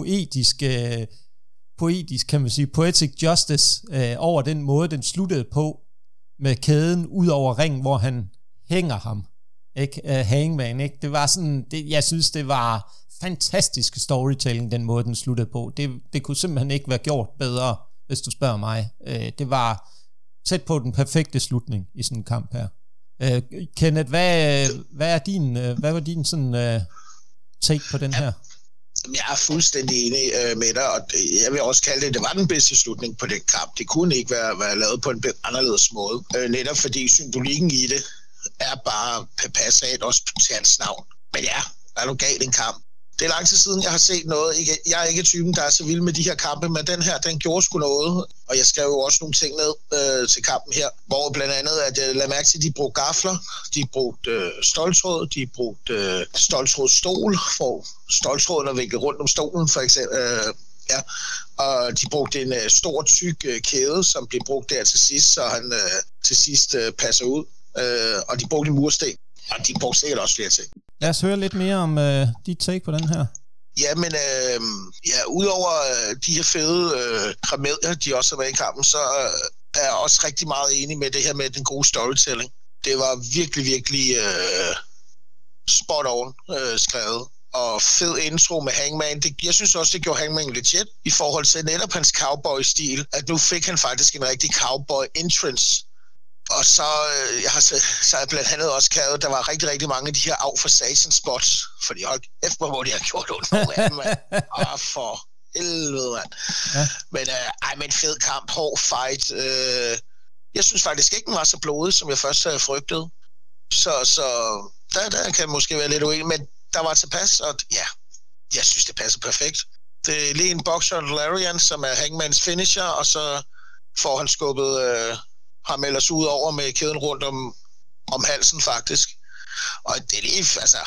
poetisk kan man sige, poetic justice over den måde, den sluttede på med kæden ud over ringen, hvor han hænger ham. Ikke? Hangman, ikke? Det var sådan, jeg synes, det var fantastisk storytelling, den måde, den sluttede på. Det kunne simpelthen ikke være gjort bedre, hvis du spørger mig. Det var tæt på den perfekte slutning i sådan en kamp her. Kenneth, hvad var din sådan take på den her? Jeg er fuldstændig enig med dig, og jeg vil også kalde det var den bedste slutning på den kamp. Det kunne ikke være lavet på en anderledes måde. Netop fordi symbolikken i det er bare passat også til hans navn. Men ja, er du galt en kamp. Det er lang tid siden, jeg har set noget. Jeg er ikke typen, der er så vild med de her kampe, men den her, den gjorde sgu noget. Og jeg skrev jo også nogle ting ned til kampen her, hvor blandt andet, at jeg lagde mærke til, at de brugte gafler, de brugte ståltråd, de brugte ståltrådstol, for ståltråden at vikle rundt om stolen, for eksempel. Ja, og de brugte en stor, tyk kæde, som blev brugt der til sidst, så han til sidst passer ud. Og de brugte en mursten, og de brugte sikkert også flere ting. Lad os høre lidt mere om dit take på den her. Ja, men udover de her fede kramedier, de også har været i kampen, så er jeg også rigtig meget enig med det her med den gode storytelling. Det var virkelig, virkelig spot on skrevet. Og fed intro med Hangman. Jeg synes også, det gjorde Hangman legit i forhold til netop hans cowboy-stil, at nu fik han faktisk en rigtig cowboy-entrance. Og så har jeg blandt andet også kaldet, der var rigtig, rigtig mange af de her out for Satan spots, fordi hold efter, hvor de har gjort ondt nogle af dem, mand. For helvede, mand. Ja. Men fed kamp, hård fight. Jeg synes faktisk ikke, den var så blodig, som jeg først havde frygtet. Så der kan måske være lidt uenig, men der var tilpas, og ja, jeg synes, det passer perfekt. Det er lige en boxer Larian, som er Hangmans finisher, og så får han skubbet ham ellers ud over med kæden rundt om halsen, faktisk. Og det er lige, altså,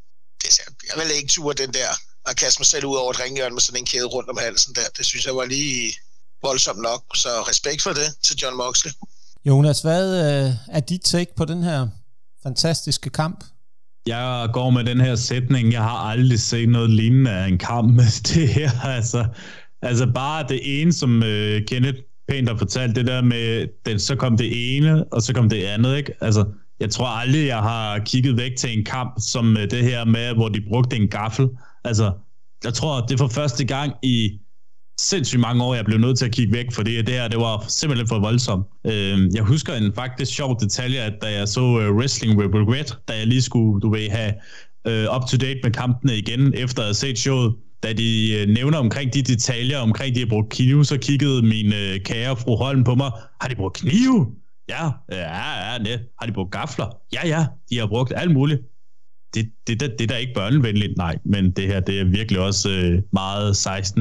jeg vil ikke ture den der, at kaste mig selv ud over et ringhjørne med sådan en kæde rundt om halsen der. Det synes jeg var lige voldsomt nok, så respekt for det til Jon Moxley. Jonas, hvad er dit take på den her fantastiske kamp? Jeg går med den her sætning. Jeg har aldrig set noget lignende af en kamp med det her. Altså bare det ene, som Kenneth pænt har fortalt, det der med, så kom det ene, og så kom det andet, ikke? Altså, jeg tror aldrig, jeg har kigget væk til en kamp, som det her med, hvor de brugte en gaffel. Altså, jeg tror, det er for første gang i sindssygt mange år, jeg blev nødt til at kigge væk, fordi det her, det var simpelthen for voldsomt. Jeg husker en faktisk sjov detalje, at da jeg så Wrestling with Regret, da jeg lige skulle, have up-to-date med kampene igen, efter at have set showet, da de nævner omkring de detaljer, omkring de har brugt knive, så kiggede min kære fru Holm på mig. Har de brugt knive? Ja, nej. Har de brugt gafler? Ja, de har brugt alt muligt. Det er da ikke børnevenligt, nej, men det her, det er virkelig også meget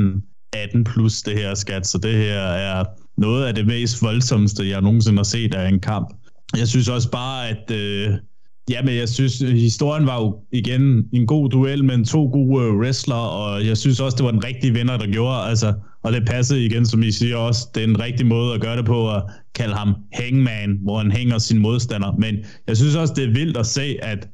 18 plus det her, skat, så det her er noget af det mest voldsomste, jeg nogensinde har set af en kamp. Jeg synes også bare, at men jeg synes, historien var jo igen en god duel mellem to gode wrestlere, og jeg synes også, det var den rigtige vinder, der gjorde, altså, og det passede igen, som I siger også, det er en rigtig måde at gøre det på, at kalde ham Hangman, hvor han hænger sin modstander, men jeg synes også, det er vildt at se, at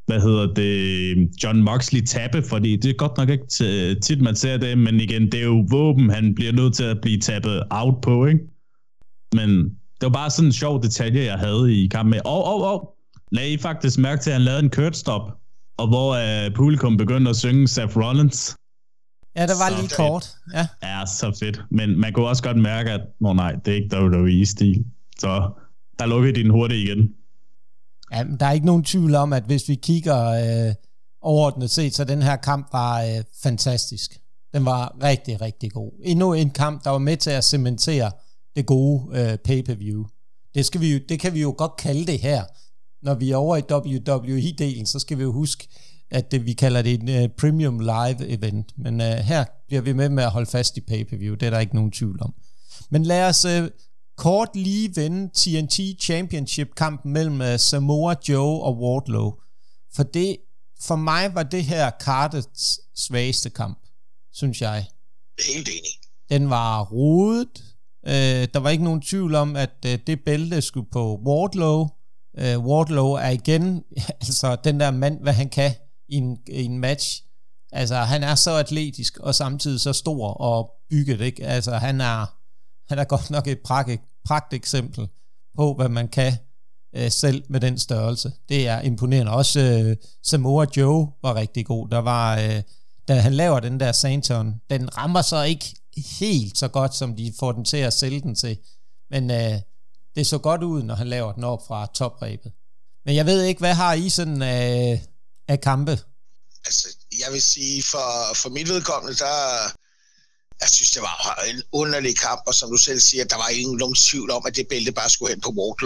Jon Moxley tabe, fordi det er godt nok ikke tit, man ser det, men igen, det er jo våben, han bliver nødt til at blive tappet out på, ikke? Men det var bare sådan en sjov detalje, jeg havde i kampen med. Lad I faktisk mærke til, at han lavede en curd stop, og hvor publikum begyndte at synge Seth Rollins. Ja, det var så lige fedt. Kort. Ja, så fedt. Men man kunne også godt mærke, at det er ikke WWE-stil. Så der lukkede de den hurtigt igen. Ja, der er ikke nogen tvivl om, at hvis vi kigger overordnet set, så den her kamp var fantastisk. Den var rigtig, rigtig god. Endnu en kamp, der var med til at cementere det gode pay-per-view. Det kan vi jo godt kalde det her. Når vi er over i WWE-delen, så skal vi jo huske, at vi kalder det en premium live event. Men her bliver vi med at holde fast i pay-per-view. Det er der ikke nogen tvivl om. Men lad os kort lige vende TNT Championship-kampen mellem Samoa Joe og Wardlow. For mig var det her kartets svageste kamp, synes jeg. Helt enig. Den var rodet. Der var ikke nogen tvivl om, at det bælte skulle på Wardlow. Wardlow er igen altså den der mand, hvad han kan i en match. Altså han er så atletisk og samtidig så stor og bygget, ikke? Altså han er godt nok et pragteksempel på, hvad man kan selv med den størrelse. Det er imponerende. Også Samoa Joe var rigtig god. Der var da han laver den der Santon, den rammer så ikke helt så godt, som de får den til at sælge den til. Men det så godt ud, når han laver den op fra toprebet. Men jeg ved ikke, hvad har I sådan af kampe? Altså, jeg vil sige, for mit vedkommende, jeg synes, det var en underlig kamp, og som du selv siger, der var ingen nogen tvivl om, at det bælte bare skulle hen på Wardlow.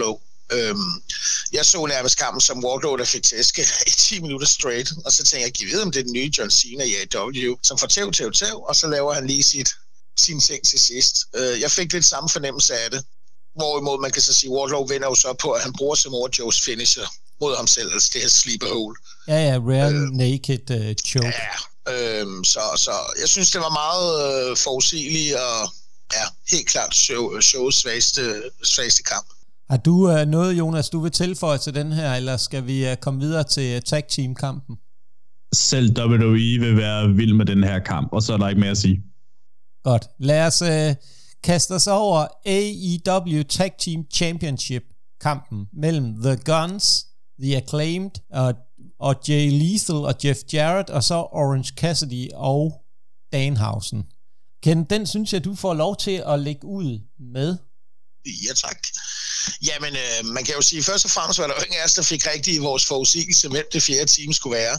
Jeg så nærmest kampen som Wardlow, der fik tæske i 10 minutter straight, og så tænkte jeg, giv videre om det er den nye John Cena i AEW, som får tæv, og så laver han lige sin ting til sidst. Jeg fik lidt samme fornemmelse af det, hvorimod man kan så sige, Wardlow vinder jo så på, at han bruger Samoa Joes finisher mod ham selv, altså det her sleeper hole. Ja, rear naked choke. Ja, så jeg synes, det var meget forudsigeligt, og ja, helt klart showets svageste kamp. Har du noget, Jonas, du vil tilføje til den her, eller skal vi komme videre til tag team-kampen? Selv WWE vil være vild med den her kamp, og så er der ikke mere at sige. Godt. Lad os kaste os over AEW Tag Team Championship-kampen mellem The Guns, The Acclaimed og Jay Lethal og Jeff Jarrett, og så Orange Cassidy og Danhausen. Ken, den synes jeg, du får lov til at lægge ud med. Ja, tak. Jamen, man kan jo sige, først og fremmest var der jo ingen af os, der fik rigtig vores forudsigelse, hvem det fjerde team skulle være.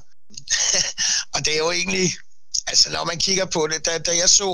Og det er jo egentlig, altså når man kigger på det, da jeg så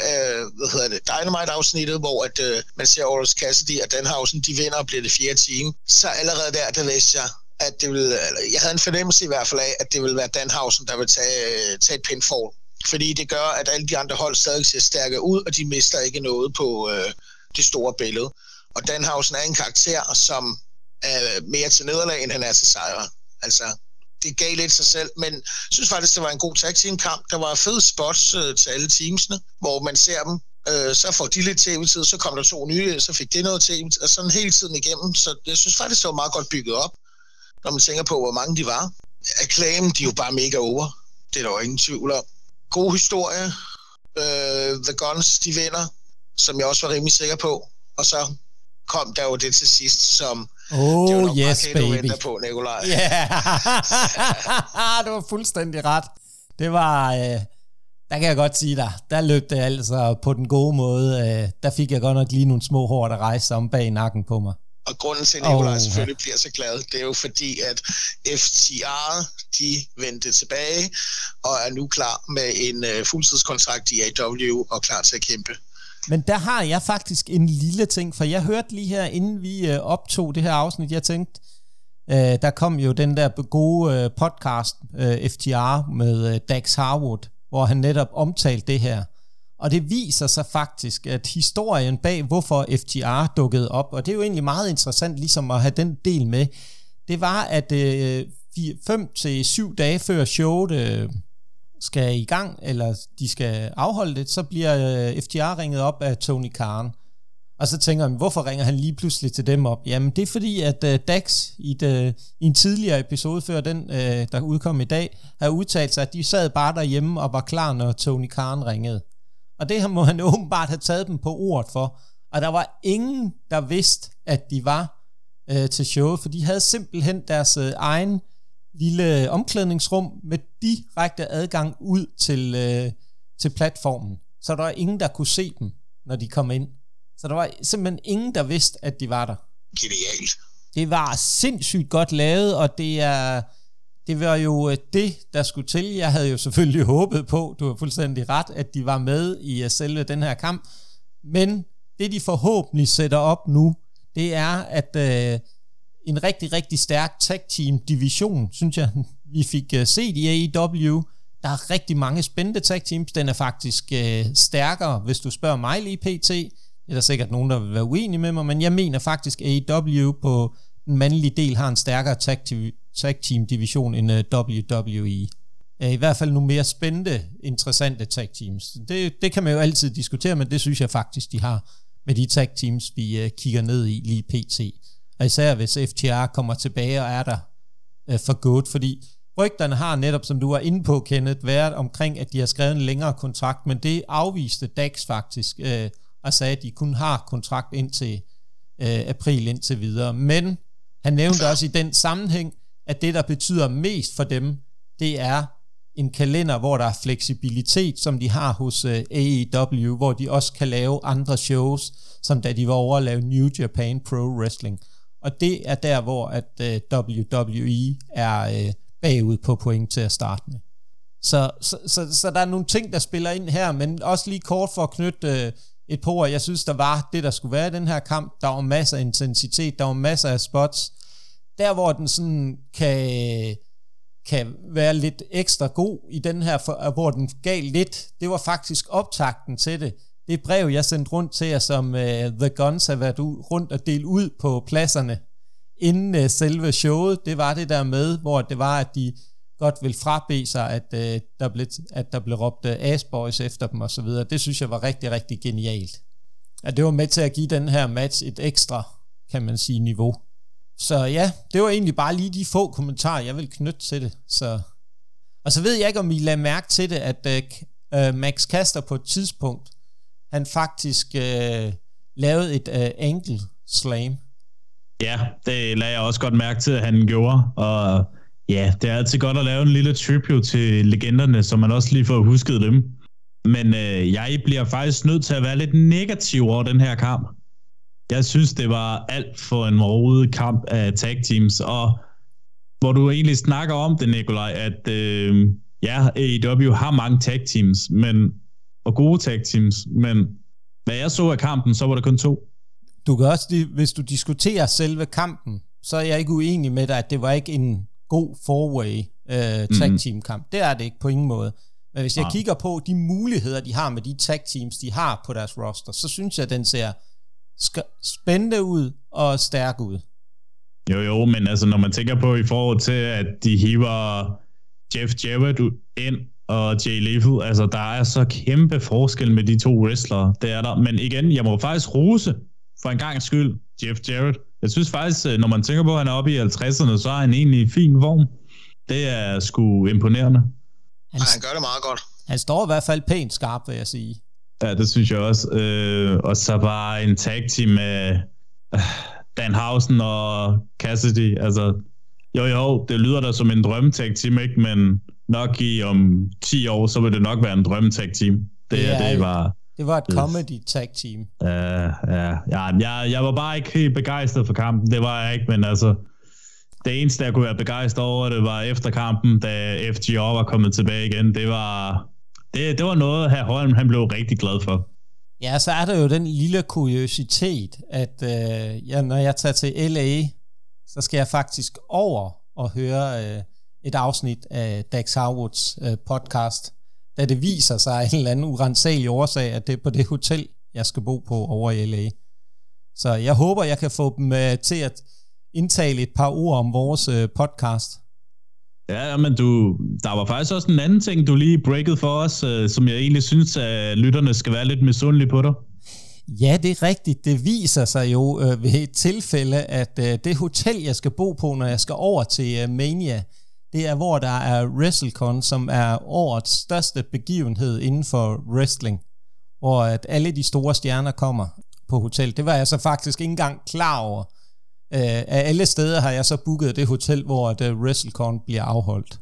Dynamite-afsnittet, hvor at, man ser Orange Cassidy og Danhausen, de vinder og bliver det fjerde team, så allerede der vidste jeg, at det ville, jeg havde en fornemmelse i hvert fald af, at det ville være Danhausen, der vil tage et pinfall. Fordi det gør, at alle de andre hold stadig ser stærkere ud, og de mister ikke noget på det store billede. Og Danhausen er en karakter, som er mere til nederlag, end han er til sejre. Altså, det gav lidt sig selv, men jeg synes faktisk, det var en god tag team kamp. Der var fede spots til alle teamsene, hvor man ser dem. Så får de lidt tv-tid, så kom der 2 nye, så fik det noget tv, og sådan hele tiden igennem. Så jeg synes faktisk, det var meget godt bygget op, når man tænker på, hvor mange de var. Acclaim, de er jo bare mega over. Det er der jo ingen tvivl om. God historie. The Guns, de vinder, som jeg også var rimelig sikker på. Og så kom der jo det til sidst, som det var nok yes, baby. Du venter på, Nikolaj. Ja, yeah. Du var fuldstændig ret. Det var, der kan jeg godt sige dig, der løb det altså på den gode måde. Der fik jeg godt nok lige nogle små hår, der rejste om bag nakken på mig. Og grunden til, at Nikolaj selvfølgelig bliver så glad, det er jo fordi, at FTR, de vendte tilbage, og er nu klar med en fuldtidskontrakt i AEW, og klar til at kæmpe. Men der har jeg faktisk en lille ting, for jeg hørte lige her, inden vi optog det her afsnit, jeg tænkte, der kom jo den der gode podcast, FTR, med Dax Harwood, hvor han netop omtalte det her. Og det viser sig faktisk, at historien bag, hvorfor FTR dukkede op, og det er jo egentlig meget interessant ligesom at have den del med, det var, at 5 til 7 dage før showet skal i gang, eller de skal afholde det, så bliver FTR ringet op af Tony Khan. Og så tænker man, hvorfor ringer han lige pludselig til dem op? Jamen det er fordi, at Dax i en tidligere episode før den, der udkom i dag, har udtalt sig, at de sad bare derhjemme og var klar, når Tony Khan ringede. Og det må han åbenbart have taget dem på ordet for. Og der var ingen, der vidste, at de var til showet, for de havde simpelthen deres egen lille omklædningsrum med direkte adgang ud til platformen. Så der var ingen, der kunne se dem, når de kom ind. Så der var simpelthen ingen, der vidste, at de var der. Genialt. Det var sindssygt godt lavet, og det var jo det, der skulle til. Jeg havde jo selvfølgelig håbet på, du har fuldstændig ret, at de var med i selve den her kamp. Men det, de forhåbentlig sætter op nu, det er, at en rigtig, rigtig stærk tag team division, synes jeg, vi fik set i AEW. Der er rigtig mange spændende tag teams. Den er faktisk stærkere, hvis du spørger mig lige pt. Det er der sikkert nogen, der vil være uenige med mig, men jeg mener faktisk, at AEW på den mandlige del har en stærkere tag team division end WWE. I hvert fald nogle mere spændende, interessante tag teams. Det kan man jo altid diskutere, men det synes jeg faktisk, de har med de tag teams, vi kigger ned i lige pt. Og især hvis FTR kommer tilbage og er der for godt, fordi rygterne har netop, som du var inde på, Kenneth, været omkring, at de har skrevet en længere kontrakt, men det afviste Dax faktisk, og sagde, at de kun har kontrakt indtil april indtil videre. Men han nævnte også i den sammenhæng, at det, der betyder mest for dem, det er en kalender, hvor der er fleksibilitet, som de har hos AEW, hvor de også kan lave andre shows, som da de var over at lave New Japan Pro Wrestling. Og det er der, hvor at WWE er bagud på point til at starte med. Så der er nogle ting, der spiller ind her, men også lige kort for at knytte et par ord. Jeg synes, der var det, der skulle være i den her kamp. Der var masser af intensitet, der var masser af spots. Der, hvor den sådan kan være lidt ekstra god i den her, hvor den gav lidt, det var faktisk optakten til det. Det brev, jeg sendte rundt til jer, som The Guns har været rundt og delt ud på pladserne inden selve showet, det var det der med, hvor det var, at de godt ville frabe sig, at der blev råbt Ass Boys efter dem og så videre. Det synes jeg var rigtig, rigtig genialt. At det var med til at give den her match et ekstra, kan man sige, niveau. Så ja, det var egentlig bare lige de få kommentarer, jeg vil knytte til det. Og så ved jeg ikke, om I lagde mærke til det, at Max Caster på et tidspunkt, han faktisk lavede et ankle slam. Ja, det lagde jeg også godt mærke til, at han gjorde. Og ja, det er altid godt at lave en lille tribute til legenderne, så man også lige får husket dem. Men jeg bliver faktisk nødt til at være lidt negativ over den her kamp. Jeg synes, det var alt for en rodet kamp af tag teams, og hvor du egentlig snakker om det, Nikolaj, at AEW har mange tag teams, og gode tag teams, men hvad jeg så af kampen, så var der kun 2. Du kan også, hvis du diskuterer selve kampen, så er jeg ikke uenig med dig, at det var ikke en god four-way tag team kamp. Det er det ikke på ingen måde. Men hvis jeg kigger på de muligheder, de har med de tag teams, de har på deres roster, så synes jeg, at den ser spændende ud og stærk ud. Jo, men altså når man tænker på i forhold til, at de hiver Jeff Jarrett ind og Jay Lethal, altså der er så kæmpe forskel med de 2 wrestlere, det er der. Men igen, jeg må faktisk rose for en gang skyld Jeff Jarrett. Jeg synes faktisk, når man tænker på, at han er oppe i 50'erne, så er han egentlig i fin form. Det er sgu imponerende. Han gør det meget godt. Han står i hvert fald pænt skarp, vil jeg sige. Ja, det synes jeg også. Og så bare en tag team med Danhausen og Cassidy. Altså, jo, det lyder da som en drømmetag team, ikke? Men nok om 10 år, så vil det nok være en drømmetag team. Det var et comedy tag team. Jeg var bare ikke helt begejstret for kampen. Det var jeg ikke, men altså det eneste, jeg kunne være begejstret over, det var efter kampen, da FTR var kommet tilbage igen. Det var noget, hr. Holm, han blev rigtig glad for. Ja, så er der jo den lille kuriositet, at når jeg tager til LA, så skal jeg faktisk over og høre et afsnit af Dax Harwoods podcast, da det viser sig af en eller anden uransagelig årsag, at det er på det hotel, jeg skal bo på over i LA. Så jeg håber, jeg kan få dem til at indtale et par ord om vores podcast. Ja, men der var faktisk også en anden ting, du lige breakede for os, som jeg egentlig synes, at lytterne skal være lidt misundelige på dig. Ja, det er rigtigt. Det viser sig jo ved et tilfælde, at det hotel, jeg skal bo på, når jeg skal over til Mania, det er, hvor der er WrestleCon, som er årets største begivenhed inden for wrestling, hvor at alle de store stjerner kommer på hotel. Det var jeg så faktisk ikke engang klar over. Af alle steder har jeg så booket det hotel, hvor WrestleCon bliver afholdt.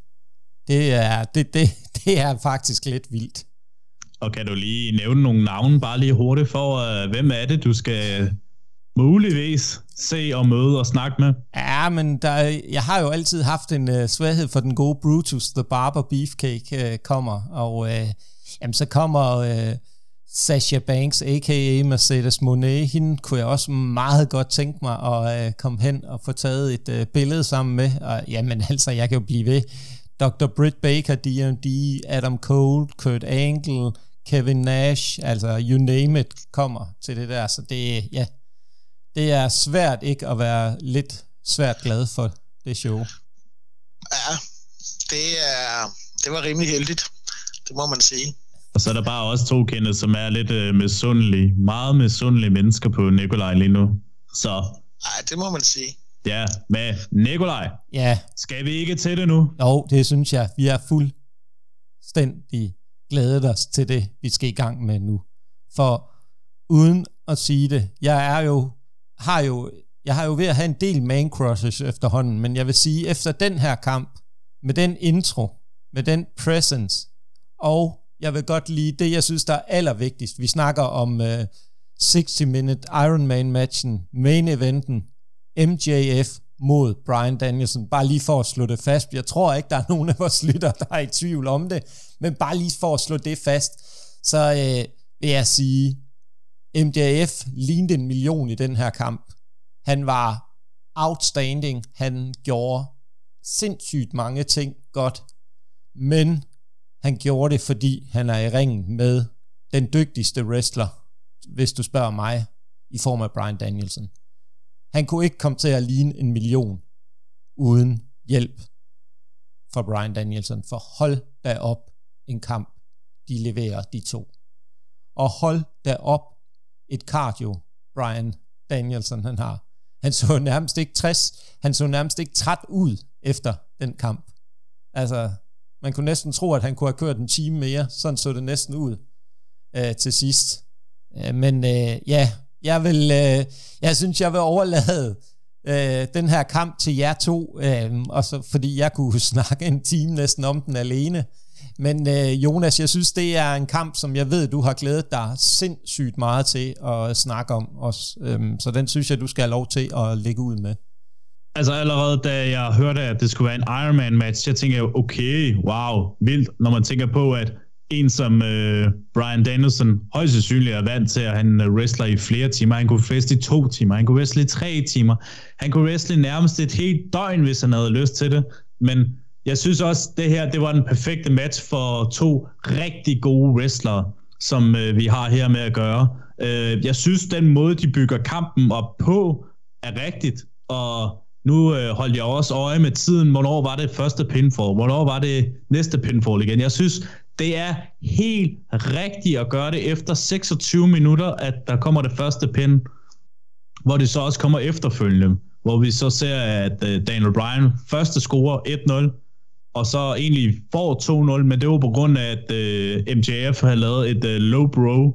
Det er faktisk lidt vildt. Og kan du lige nævne nogle navne, bare lige hurtigt for, hvem er det, du skal muligvis se og møde og snakke med? Ja, men jeg har jo altid haft en svaghed for den gode Brutus The Barber Beefcake kommer, og så kommer Sasha Banks, a.k.a. Mercedes Moné. Hende kunne jeg også meget godt tænke mig at komme hen og få taget et billede sammen med. Og jamen altså, jeg kan jo blive ved. Dr. Britt Baker, DMD, Adam Cole, Kurt Angle, Kevin Nash, altså you name it, kommer til det der. Så det er svært ikke at være lidt svært glad for det show. Ja, det var rimelig heldigt. Det må man sige. Og så er der bare også 2 kendte, som er lidt misundelige, meget misundelige mennesker på Nikolaj lige nu. Så. Ej, det må man sige. Ja, med Nikolaj. Ja. Skal vi ikke til det nu? Jo, det synes jeg. Vi er fuldstændig glædet os til det, vi skal i gang med nu. For uden at sige det, jeg har jo ved at have en del man crushes efterhånden, men jeg vil sige, efter den her kamp, med den intro, med den presence, og jeg vil godt lide det, jeg synes, der er allervigtigst. Vi snakker om 60-minute Ironman-matchen, main eventen, MJF mod Bryan Danielson. Bare lige for at slå det fast. Jeg tror ikke, der er nogen af vores lytter, der er i tvivl om det, men bare lige for at slå det fast, så vil jeg sige, MJF lignede 1 million i den her kamp. Han var outstanding. Han gjorde sindssygt mange ting godt. Men han gjorde det, fordi han er i ringen med den dygtigste wrestler, hvis du spørger mig, i form af Bryan Danielson. Han kunne ikke komme til at ligne 1 million uden hjælp fra Bryan Danielson. For hold da op en kamp, de leverer de to. Og hold da op et cardio, Bryan Danielson han har. Han så nærmest ikke 60, han så nærmest ikke træt ud efter den kamp. Altså, man kunne næsten tro, at han kunne have kørt en time mere. Sådan så det næsten ud til sidst. Men jeg synes, jeg vil overlade den her kamp til jer to, og så, fordi jeg kunne snakke en time næsten om den alene. Men Jonas, jeg synes, det er en kamp, som jeg ved, du har glædet dig sindssygt meget til at snakke om også. Så den synes jeg, du skal have lov til at lægge ud med. Altså allerede da jeg hørte, at det skulle være en Ironman-match, jeg tænker jo, okay, wow, vildt, når man tænker på, at en som Bryan Danielson højst sandsynligt er vant til, at han wrestler i flere timer. Han kunne wrestle i 2 timer, han kunne wrestle i 3 timer, han kunne wrestle nærmest et helt døgn, hvis han havde lyst til det. Men jeg synes også, det her, det var den perfekte match for 2 rigtig gode wrestlere, som vi har her med at gøre. Jeg synes, den måde, de bygger kampen op på, er rigtigt, og nu holdt jeg også øje med tiden. Hvornår var det første pinfall? Hvornår var det næste pinfall igen? Jeg synes, det er helt rigtigt at gøre det efter 26 minutter, at der kommer det første pin, hvor det så også kommer efterfølgende, hvor vi så ser, at Daniel Bryan første scorer 1-0, og så egentlig får 2-0, men det var på grund af, at MJF havde lavet et low blow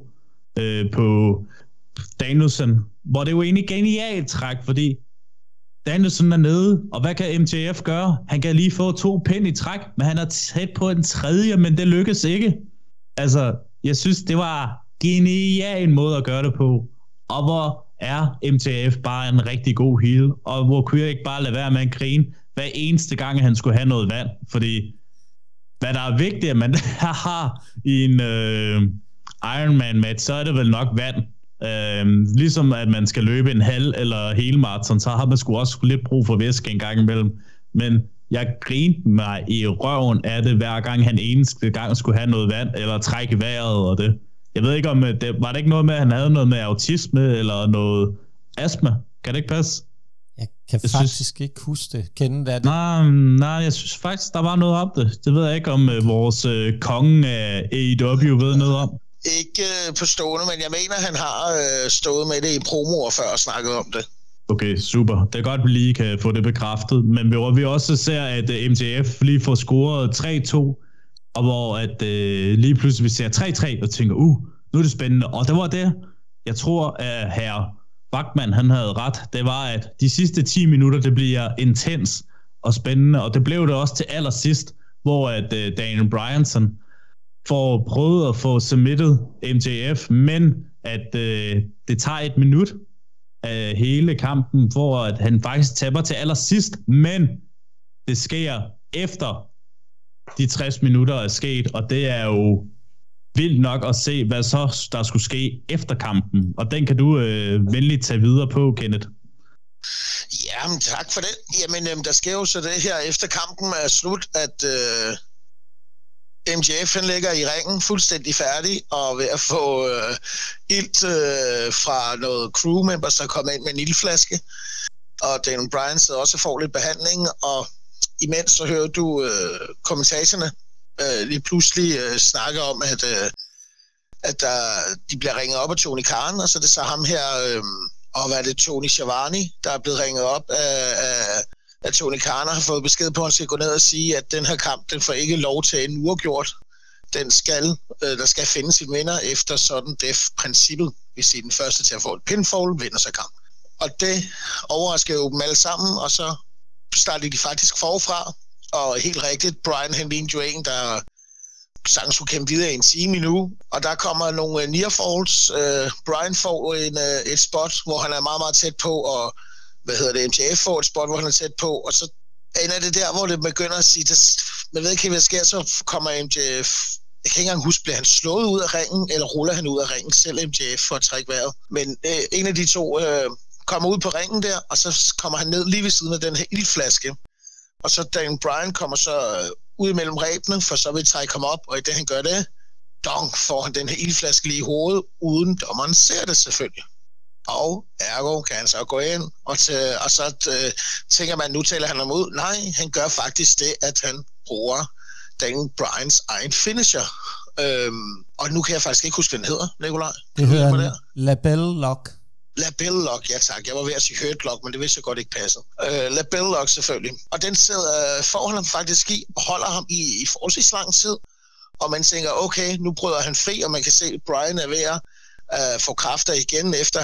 på Danielson, hvor det jo egentlig genialt træk, fordi Danielson er nede, og hvad kan MJF gøre? Han kan lige få 2 pin i træk, men han er tæt på en tredje, men det lykkes ikke. Altså, jeg synes, det var genial måde at gøre det på. Og hvor er MJF bare en rigtig god heel, og hvor kunne jeg ikke bare lade være med at grine hver eneste gang, han skulle have noget vand. Fordi, hvad der er vigtigt, at man har i en Ironman-match, så er det vel nok vand. Ligesom at man skal løbe en halv eller hele maraton, så har man sgu også lidt brug for væske en gang imellem. Men jeg grinte mig i røven af det, hver gang han eneste gang skulle have noget vand, eller trække vejret og det. Jeg ved ikke om, var det ikke noget med, at han havde noget med autisme, eller noget astma? Kan det ikke passe? Jeg kan faktisk ikke huske det. Kende det. Nej, jeg synes faktisk, der var noget om det. Det ved jeg ikke, om vores konge af AEW ved noget om. Ikke på stående, men jeg mener, han har stået med det i promoer før og snakket om det. Okay, super. Det er godt, at vi lige kan få det bekræftet. Men hvor vi også ser, at MJF lige får scoret 3-2, og hvor at lige pludselig vi ser 3-3 og tænker, nu er det spændende. Og det var det, jeg tror, at herre Bachmann, han havde ret. Det var, at de sidste 10 minutter, det bliver intens og spændende. Og det blev det også til allersidst, hvor at Daniel Bryanson får prøvet at få submittet MJF, men at det tager 1 minut af hele kampen, for at han faktisk taber til allersidst, men det sker efter de 60 minutter er sket, og det er jo vildt nok at se, hvad så der skulle ske efter kampen, og den kan du venligt tage videre på, Kenneth. Jamen, tak for det. Jamen, der sker jo så det her efter kampen er slut, at MJF han ligger i ringen fuldstændig færdig og ved at få ilt fra noget crewmembers, der kommer ind med en ildflaske. Og Daniel Bryan sidder også og får lidt behandling, og imens så hører du kommentatorerne lige pludselig snakke om, at de bliver ringet op af Tony Khan, og så er det så ham her, og hvad er det, Tony Schiavone, der er blevet ringet op at Tony Khan har fået besked på, at han skal gå ned og sige, at den her kamp, den får ikke lov til en uafgjort. Der skal findes en vinder efter sådan death-princippet. Vi siger den første til at få et pinfall, vinder så kamp. Og det overrasker jo dem alle sammen, og så starter de faktisk forfra. Og helt rigtigt, Bryan han lignede jo en, der sagtens skulle kæmpe videre i en time nu. Og der kommer nogle near falls. Bryan får et spot, hvor han er meget, meget tæt på, og MJF får et spot, hvor han er tæt på, og så ender det der, hvor det begynder at sige, man ved ikke helt, hvad der sker, så kommer MJF jeg kan ikke engang huske, bliver han slået ud af ringen, eller ruller han ud af ringen, selv MJF for at trække vejret. Men en af de to kommer ud på ringen der, og så kommer han ned lige ved siden af den her ildflaske. Og så Daniel Bryan kommer så ud mellem ræbene, for så vil trække ham op, og i det han gør det, får han den her ildflaske lige i hovedet, uden dommeren ser det selvfølgelig. Og ergo kan han så gå ind, og så tænker man, nu taler han ham ud. Nej, han gør faktisk det, at han bruger Daniel Bryans egen finisher. Og nu kan jeg faktisk ikke huske, hvad den hedder, Nikolaj. Det hedder Label Lock. Label Lock, ja tak. Jeg var ved at sige Hurt Lock, men det vidste jeg godt ikke passer. Label Lock selvfølgelig. Og den får han faktisk i, og holder ham i forholdsvis lang tid. Og man tænker, okay, nu bryder han fri, og man kan se, at Bryan er ved at få kræfter igen, efter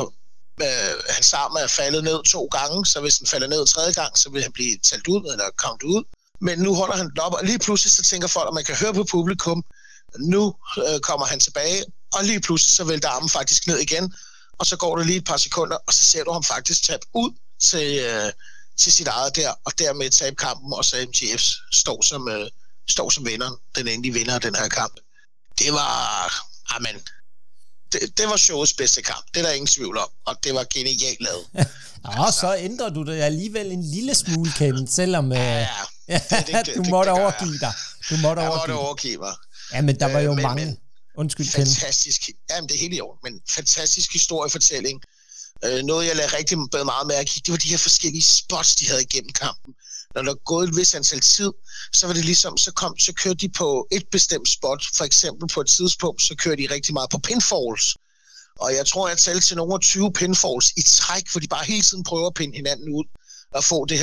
hans arm er faldet ned 2 gange. Så hvis den falder ned 3. gang, så vil han blive talt ud, eller count ud. Men nu holder han den op, og lige pludselig så tænker folk, at man kan høre på publikum, nu kommer han tilbage, og lige pludselig så vælter armen faktisk ned igen, og så går det lige et par sekunder, og så ser du ham faktisk tabe ud til sit eget der, og dermed tabe kampen, og så MJF står som vinderen, den endelige vinder af den her kamp. Det var, det var showets bedste kamp, det er der ingen tvivl om, og det var genialt lavet. Så ændrer du det alligevel en lille smule, Ken, selvom du måtte overgive dig. Du måtte overgive mig. Ja, men der var jo mange. Undskyld, Ken. Fantastisk. Jamen, det er helt i orden, men fantastisk historiefortælling. Noget, jeg lagde rigtig meget mærke i, det var de her forskellige spots, de havde igennem kampen. Når der er gået et vis antal tid, så var det ligesom, så kørte de på et bestemt spot. For eksempel på et tidspunkt, så kørte de rigtig meget på pinfalls. Og jeg tror, jeg talte til nogle 20 pinfalls i træk, hvor de bare hele tiden prøver at pinde hinanden ud og få det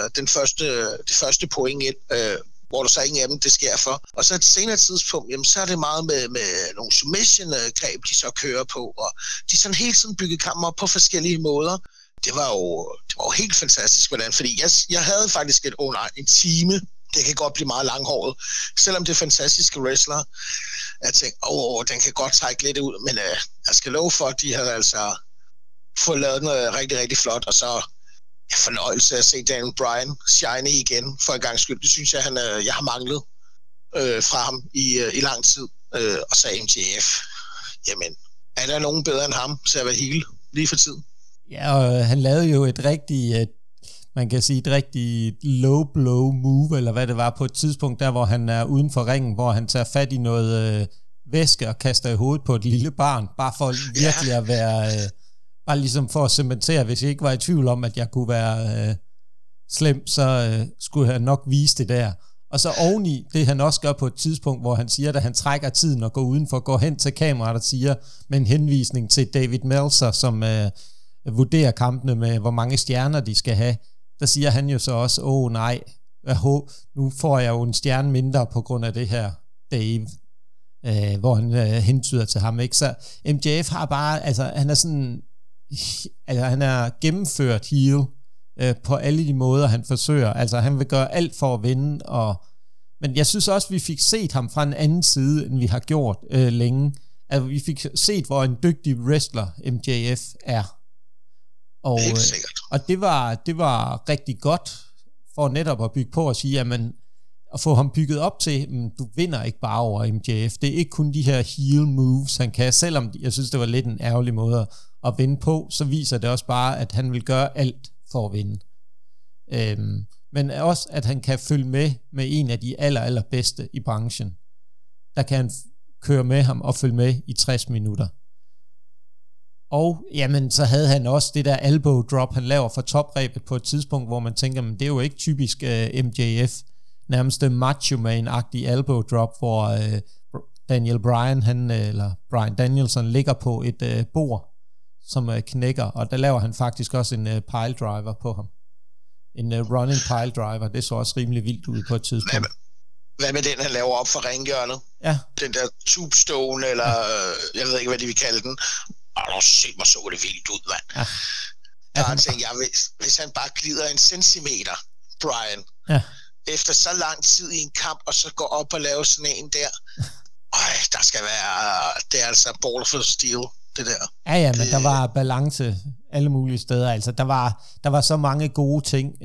første point ind, hvor der så ingen af dem det sker for. Og så et senere tidspunkt, jamen, så er det meget med nogle submission-greb, de så kører på, og de sådan hele tiden bygger kampen op på forskellige måder. Det var jo helt fantastisk, hvordan, fordi jeg havde faktisk en time. Det kan godt blive meget langhåret, selvom det er fantastiske wrestler. Jeg tænkte, den kan godt trække lidt ud, men jeg skal love for, at de havde altså fået lavet noget rigtig, rigtig flot, og så fornøjelse at se Daniel Bryan shine igen for en gang skyld. Det synes jeg, jeg har manglet fra ham i lang tid. Og så MJF. Jamen, er der nogen bedre end ham til at være heel lige for tiden? Ja, og han lavede jo et rigtig, man kan sige et rigtig low blow move, eller hvad det var på et tidspunkt, der hvor han er uden for ringen, hvor han tager fat i noget væske og kaster i hovedet på et lille barn, bare for virkelig at være... bare ligesom for at cementere, hvis jeg ikke var i tvivl om, at jeg kunne være slem, så skulle han nok vise det der. Og så oveni, det han også gør på et tidspunkt, hvor han siger, at han trækker tiden og går udenfor, går hen til kameraet og siger, med en henvisning til David Meltzer, som vurderer kampene med, hvor mange stjerner de skal have, der siger han jo så også, nej, nu får jeg jo en stjerne mindre på grund af det her, Dave, hvor han hentyder til ham, ikke? Så MJF har bare, han er sådan... Altså, han er gennemført heel på alle de måder, han forsøger. Altså, han vil gøre alt for at vinde. Men jeg synes også, vi fik set ham fra en anden side, end vi har gjort længe. Altså, vi fik set, hvor en dygtig wrestler MJF er. Og det var rigtig godt for netop at bygge på og sige, jamen, at få ham bygget op til, du vinder ikke bare over MJF. Det er ikke kun de her heel moves, han kan. Selvom jeg synes, det var lidt en ærgerlig måde at vinde på, så viser det også bare, at han vil gøre alt for at vinde. Men også, at han kan følge med en af de allerbedste i branchen. Der kan han køre med ham og følge med i 60 minutter. Og jamen, så havde han også det der elbow drop, han laver fra toprebet på et tidspunkt, hvor man tænker, men det er jo ikke typisk MJF. Nærmest Macho Man-agtig elbow drop, hvor Daniel Bryan, eller Bryan Danielson, ligger på et bord, som knækker, og der laver han faktisk også en pile driver på ham. En running pile driver, det så også rimelig vildt ud på et tidspunkt. Hvad med den, han laver op for ringhjørnet? Ja. Den der tubestone, eller jeg ved ikke, hvad de vil kalde den. Se, hvor så det vildt ud, mand. Ja. Der han tænker, hvis han bare glider en centimeter, Bryan, efter så lang tid i en kamp, og så går op og laver sådan en der, der skal være, det er altså ball for steel, det der. Ja, men der var balance alle mulige steder, altså der var så mange gode ting,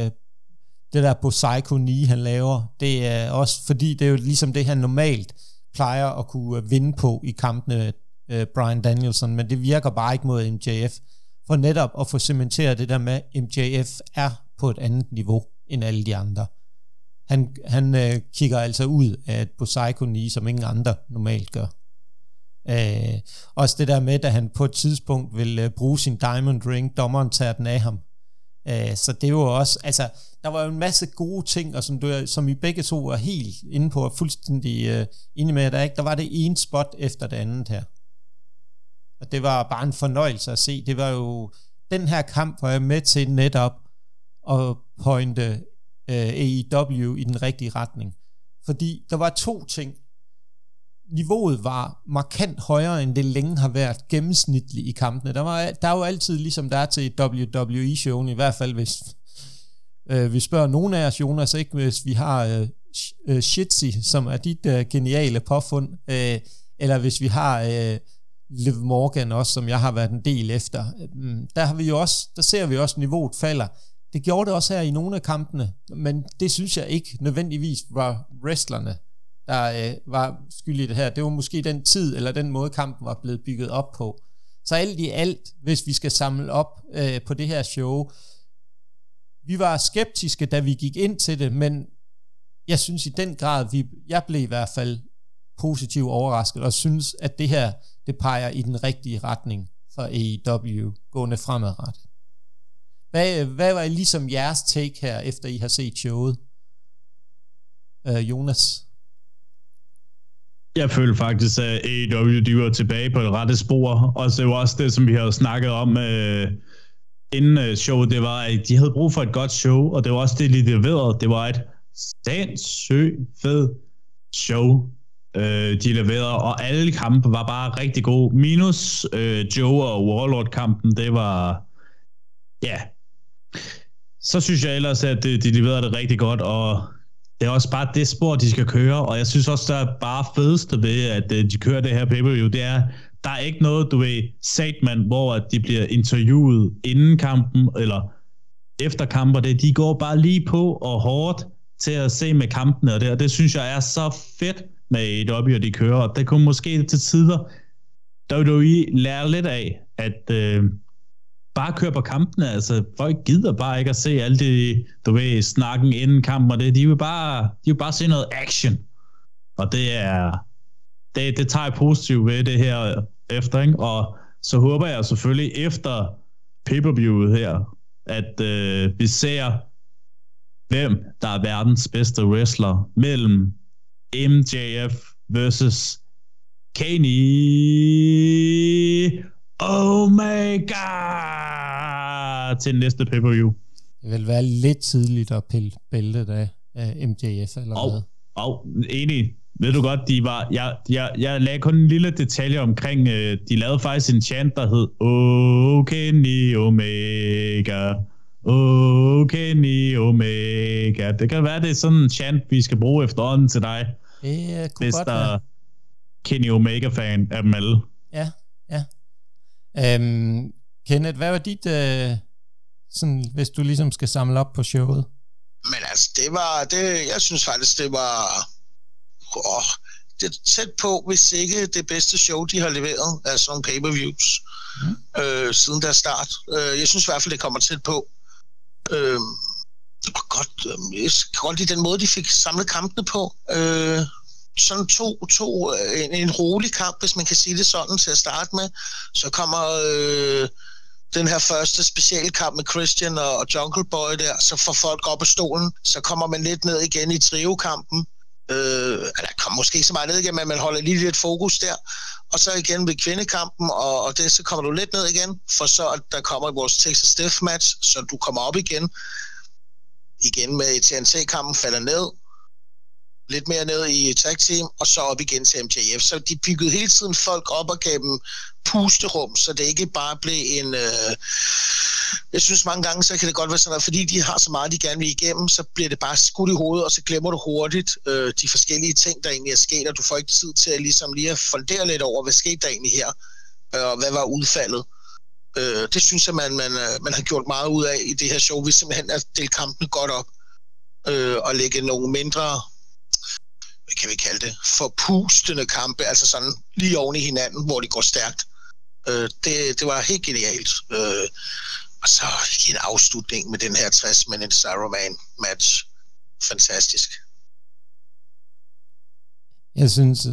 det der på Psycho 9, han laver, det er også, fordi det er jo ligesom det, han normalt plejer at kunne vinde på i kampene, Bryan Danielson, men det virker bare ikke mod MJF, for netop at få cementeret det der med, MJF er på et andet niveau end alle de andre. Han kigger altså ud af et Psycho-knee, som ingen andre normalt gør. Også det der med, at han på et tidspunkt vil bruge sin Diamond Ring, dommeren tager den af ham. Så det er jo også, altså, der var jo en masse gode ting, og som I begge to er helt inde på, og fuldstændig inde med, der var det ene spot efter det andet her. Og det var bare en fornøjelse at se. Det var jo, den her kamp var jeg med til netop at pointe AEW i den rigtige retning. Fordi der var to ting. Niveauet var markant højere, end det længe har været gennemsnitligt i kampene. Der er jo altid, ligesom der er til WWE-showen, i hvert fald hvis vi spørger nogen af os, Jonas, ikke hvis vi har Shitzy, som er dit geniale påfund, eller hvis vi har Liv Morgan også, som jeg har været en del efter. Der ser vi også, niveauet falder. Det gjorde det også her i nogle af kampene, men det synes jeg ikke nødvendigvis var wrestlerne, der var skyld i det her. Det var måske den tid, eller den måde kampen var blevet bygget op på. Så alt i alt, hvis vi skal samle op på det her show, vi var skeptiske, da vi gik ind til det, men jeg synes i den grad, jeg blev i hvert fald positivt overrasket, og synes, at det her, det peger i den rigtige retning for AEW, gående fremadrettet. Hvad var ligesom jeres take her, efter I har set showet? Jonas? Jeg føler faktisk, at AEW, de var tilbage på det rette spor, og det var også det, som vi havde snakket om inden showet, det var, at de havde brug for et godt show, og det var også det, de leverede. Det var et sindssygt fed show, de leverede, og alle kampe var bare rigtig gode. Minus Joe og Warlord-kampen, det var, ja. Så synes jeg ellers, at de leverede det rigtig godt, og det er også bare det spor, de skal køre, og jeg synes også, der er bare fedeste ved, at de kører det her pay-per-view, det er, der er ikke noget, du ved, segment, hvor de bliver interviewet inden kampen, eller efter kamper, de går bare lige på og hårdt til at se med kampene, og det synes jeg er så fedt med AEW, de kører, og det kunne måske til tider, WWE lære lidt af, at bare køre på kampene, altså folk gider bare ikke at se alle de, du ved, snakken inden kampen, og de vil bare se noget action, og det tager jeg positivt ved det her efter, ikke? Og så håber jeg selvfølgelig efter pay-per-viewet her, at vi ser, hvem der er verdens bedste wrestler mellem MJF versus Kenny Omega til næste pay-per-view. Det vil være lidt tidligt at pille bæltet af MJF eller hvad? Enig. Ved du godt, jeg lagde kun en lille detalje omkring, de lavede faktisk en chant, der hed Kenny Omega. Kenny Omega. Det kan være, det er sådan en chant, vi skal bruge efterhånden til dig. Det kunne hvis godt der være. Kenny Omega-fan af dem alle. Ja. Kenneth, hvad var dit, sådan, hvis du ligesom skal samle op på showet? Men altså, jeg synes faktisk, det var det er tæt på, hvis ikke det bedste show, de har leveret af sådan nogle pay-per-views siden deres start. Jeg synes i hvert fald, det kommer tæt på. Jeg kan godt lide den måde, de fik samlet kampene på. Sådan en rolig kamp, hvis man kan sige det sådan til at starte med. Så kommer den her første specielle kamp med Christian og Jungle Boy der, så får folk op af stolen. Så kommer man lidt ned igen i trio-kampen. Der kommer måske ikke så meget ned igen, men man holder lige lidt fokus der. Og så igen ved kvindekampen, og det, så kommer du lidt ned igen, for så at der kommer vores Texas Death Match, så du kommer op igen. Igen med TNT-kampen falder ned. Lidt mere ned i tag team, og så op igen til MJF. Så de byggede hele tiden folk op og gav dem pusterum, så det ikke bare blev en... Jeg synes mange gange, så kan det godt være sådan, at fordi de har så meget, de gerne vil igennem, så bliver det bare skudt i hovedet, og så glemmer du hurtigt de forskellige ting, der egentlig er sket, og du får ikke tid til at ligesom lige at fundere lidt over, hvad skete der egentlig her, og hvad var udfaldet. Det synes jeg, man har gjort meget ud af i det her show, hvis simpelthen at dele kampene godt op, og lægge nogle mindre hvad kan vi kalde det, forpustende kampe, altså sådan lige oven i hinanden, hvor de går stærkt. Det var helt genialt. Og så en afslutning med den her 60 minutes Ironman match. Fantastisk. Jeg synes,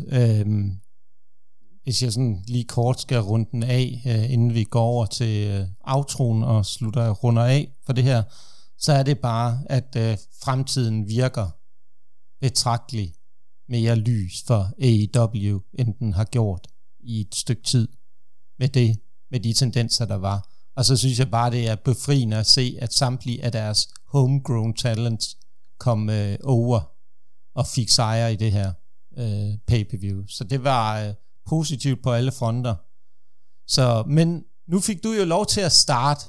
hvis jeg sådan lige kort skal runde den af, inden vi går over til outroen og runder af for det her, så er det bare, at fremtiden virker betragteligt mere lys for AEW, end den har gjort i et stykke tid med de tendenser, der var. Og så synes jeg bare, det er befriende at se, at samtlige af deres homegrown talents kom over og fik sejre i det her pay-per-view. Så det var positivt på alle fronter. Så, men nu fik du jo lov til at starte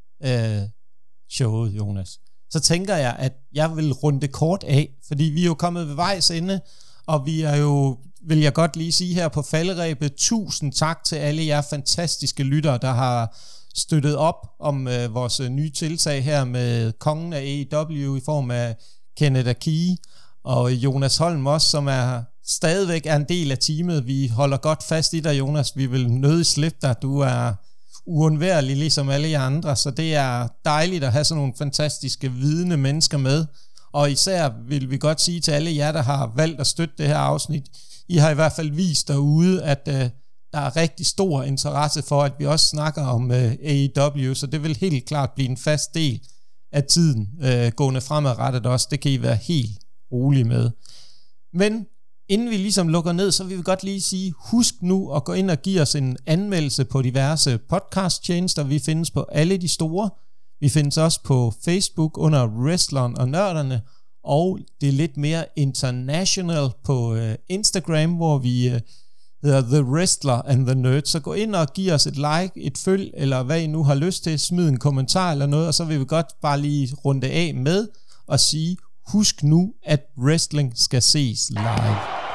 showet, Jonas. Så tænker jeg, at jeg vil runde det kort af, fordi vi er jo kommet ved vejs ende, og vi er jo, vil jeg godt lige sige her på falderebet, 1000 tak til alle jer fantastiske lyttere, der har støttet op om vores nye tiltag her med kongen af AEW i form af Kenneth Akee og Jonas Holm også, som stadigvæk er en del af teamet. Vi holder godt fast i dig, Jonas. Vi vil nødig slippe dig. Du er uundværlig ligesom alle jer andre, så det er dejligt at have sådan nogle fantastiske vidende mennesker med. Og især vil vi godt sige til alle jer, der har valgt at støtte det her afsnit, I har i hvert fald vist derude, at der er rigtig stor interesse for, at vi også snakker om AEW, så det vil helt klart blive en fast del af tiden gående fremadrettet også. Det kan I være helt rolige med. Men inden vi ligesom lukker ned, så vil vi godt lige sige, husk nu at gå ind og give os en anmeldelse på diverse podcast-tjenester. Vi findes på alle de store. Vi findes også på Facebook under Wrestleren og Nørderne, og det er lidt mere international på Instagram, hvor vi hedder The Wrestler and the Nerd. Så gå ind og giv os et like, et følg, eller hvad I nu har lyst til. Smid en kommentar eller noget, og så vil vi godt bare lige runde af med og sige, husk nu, at wrestling skal ses live.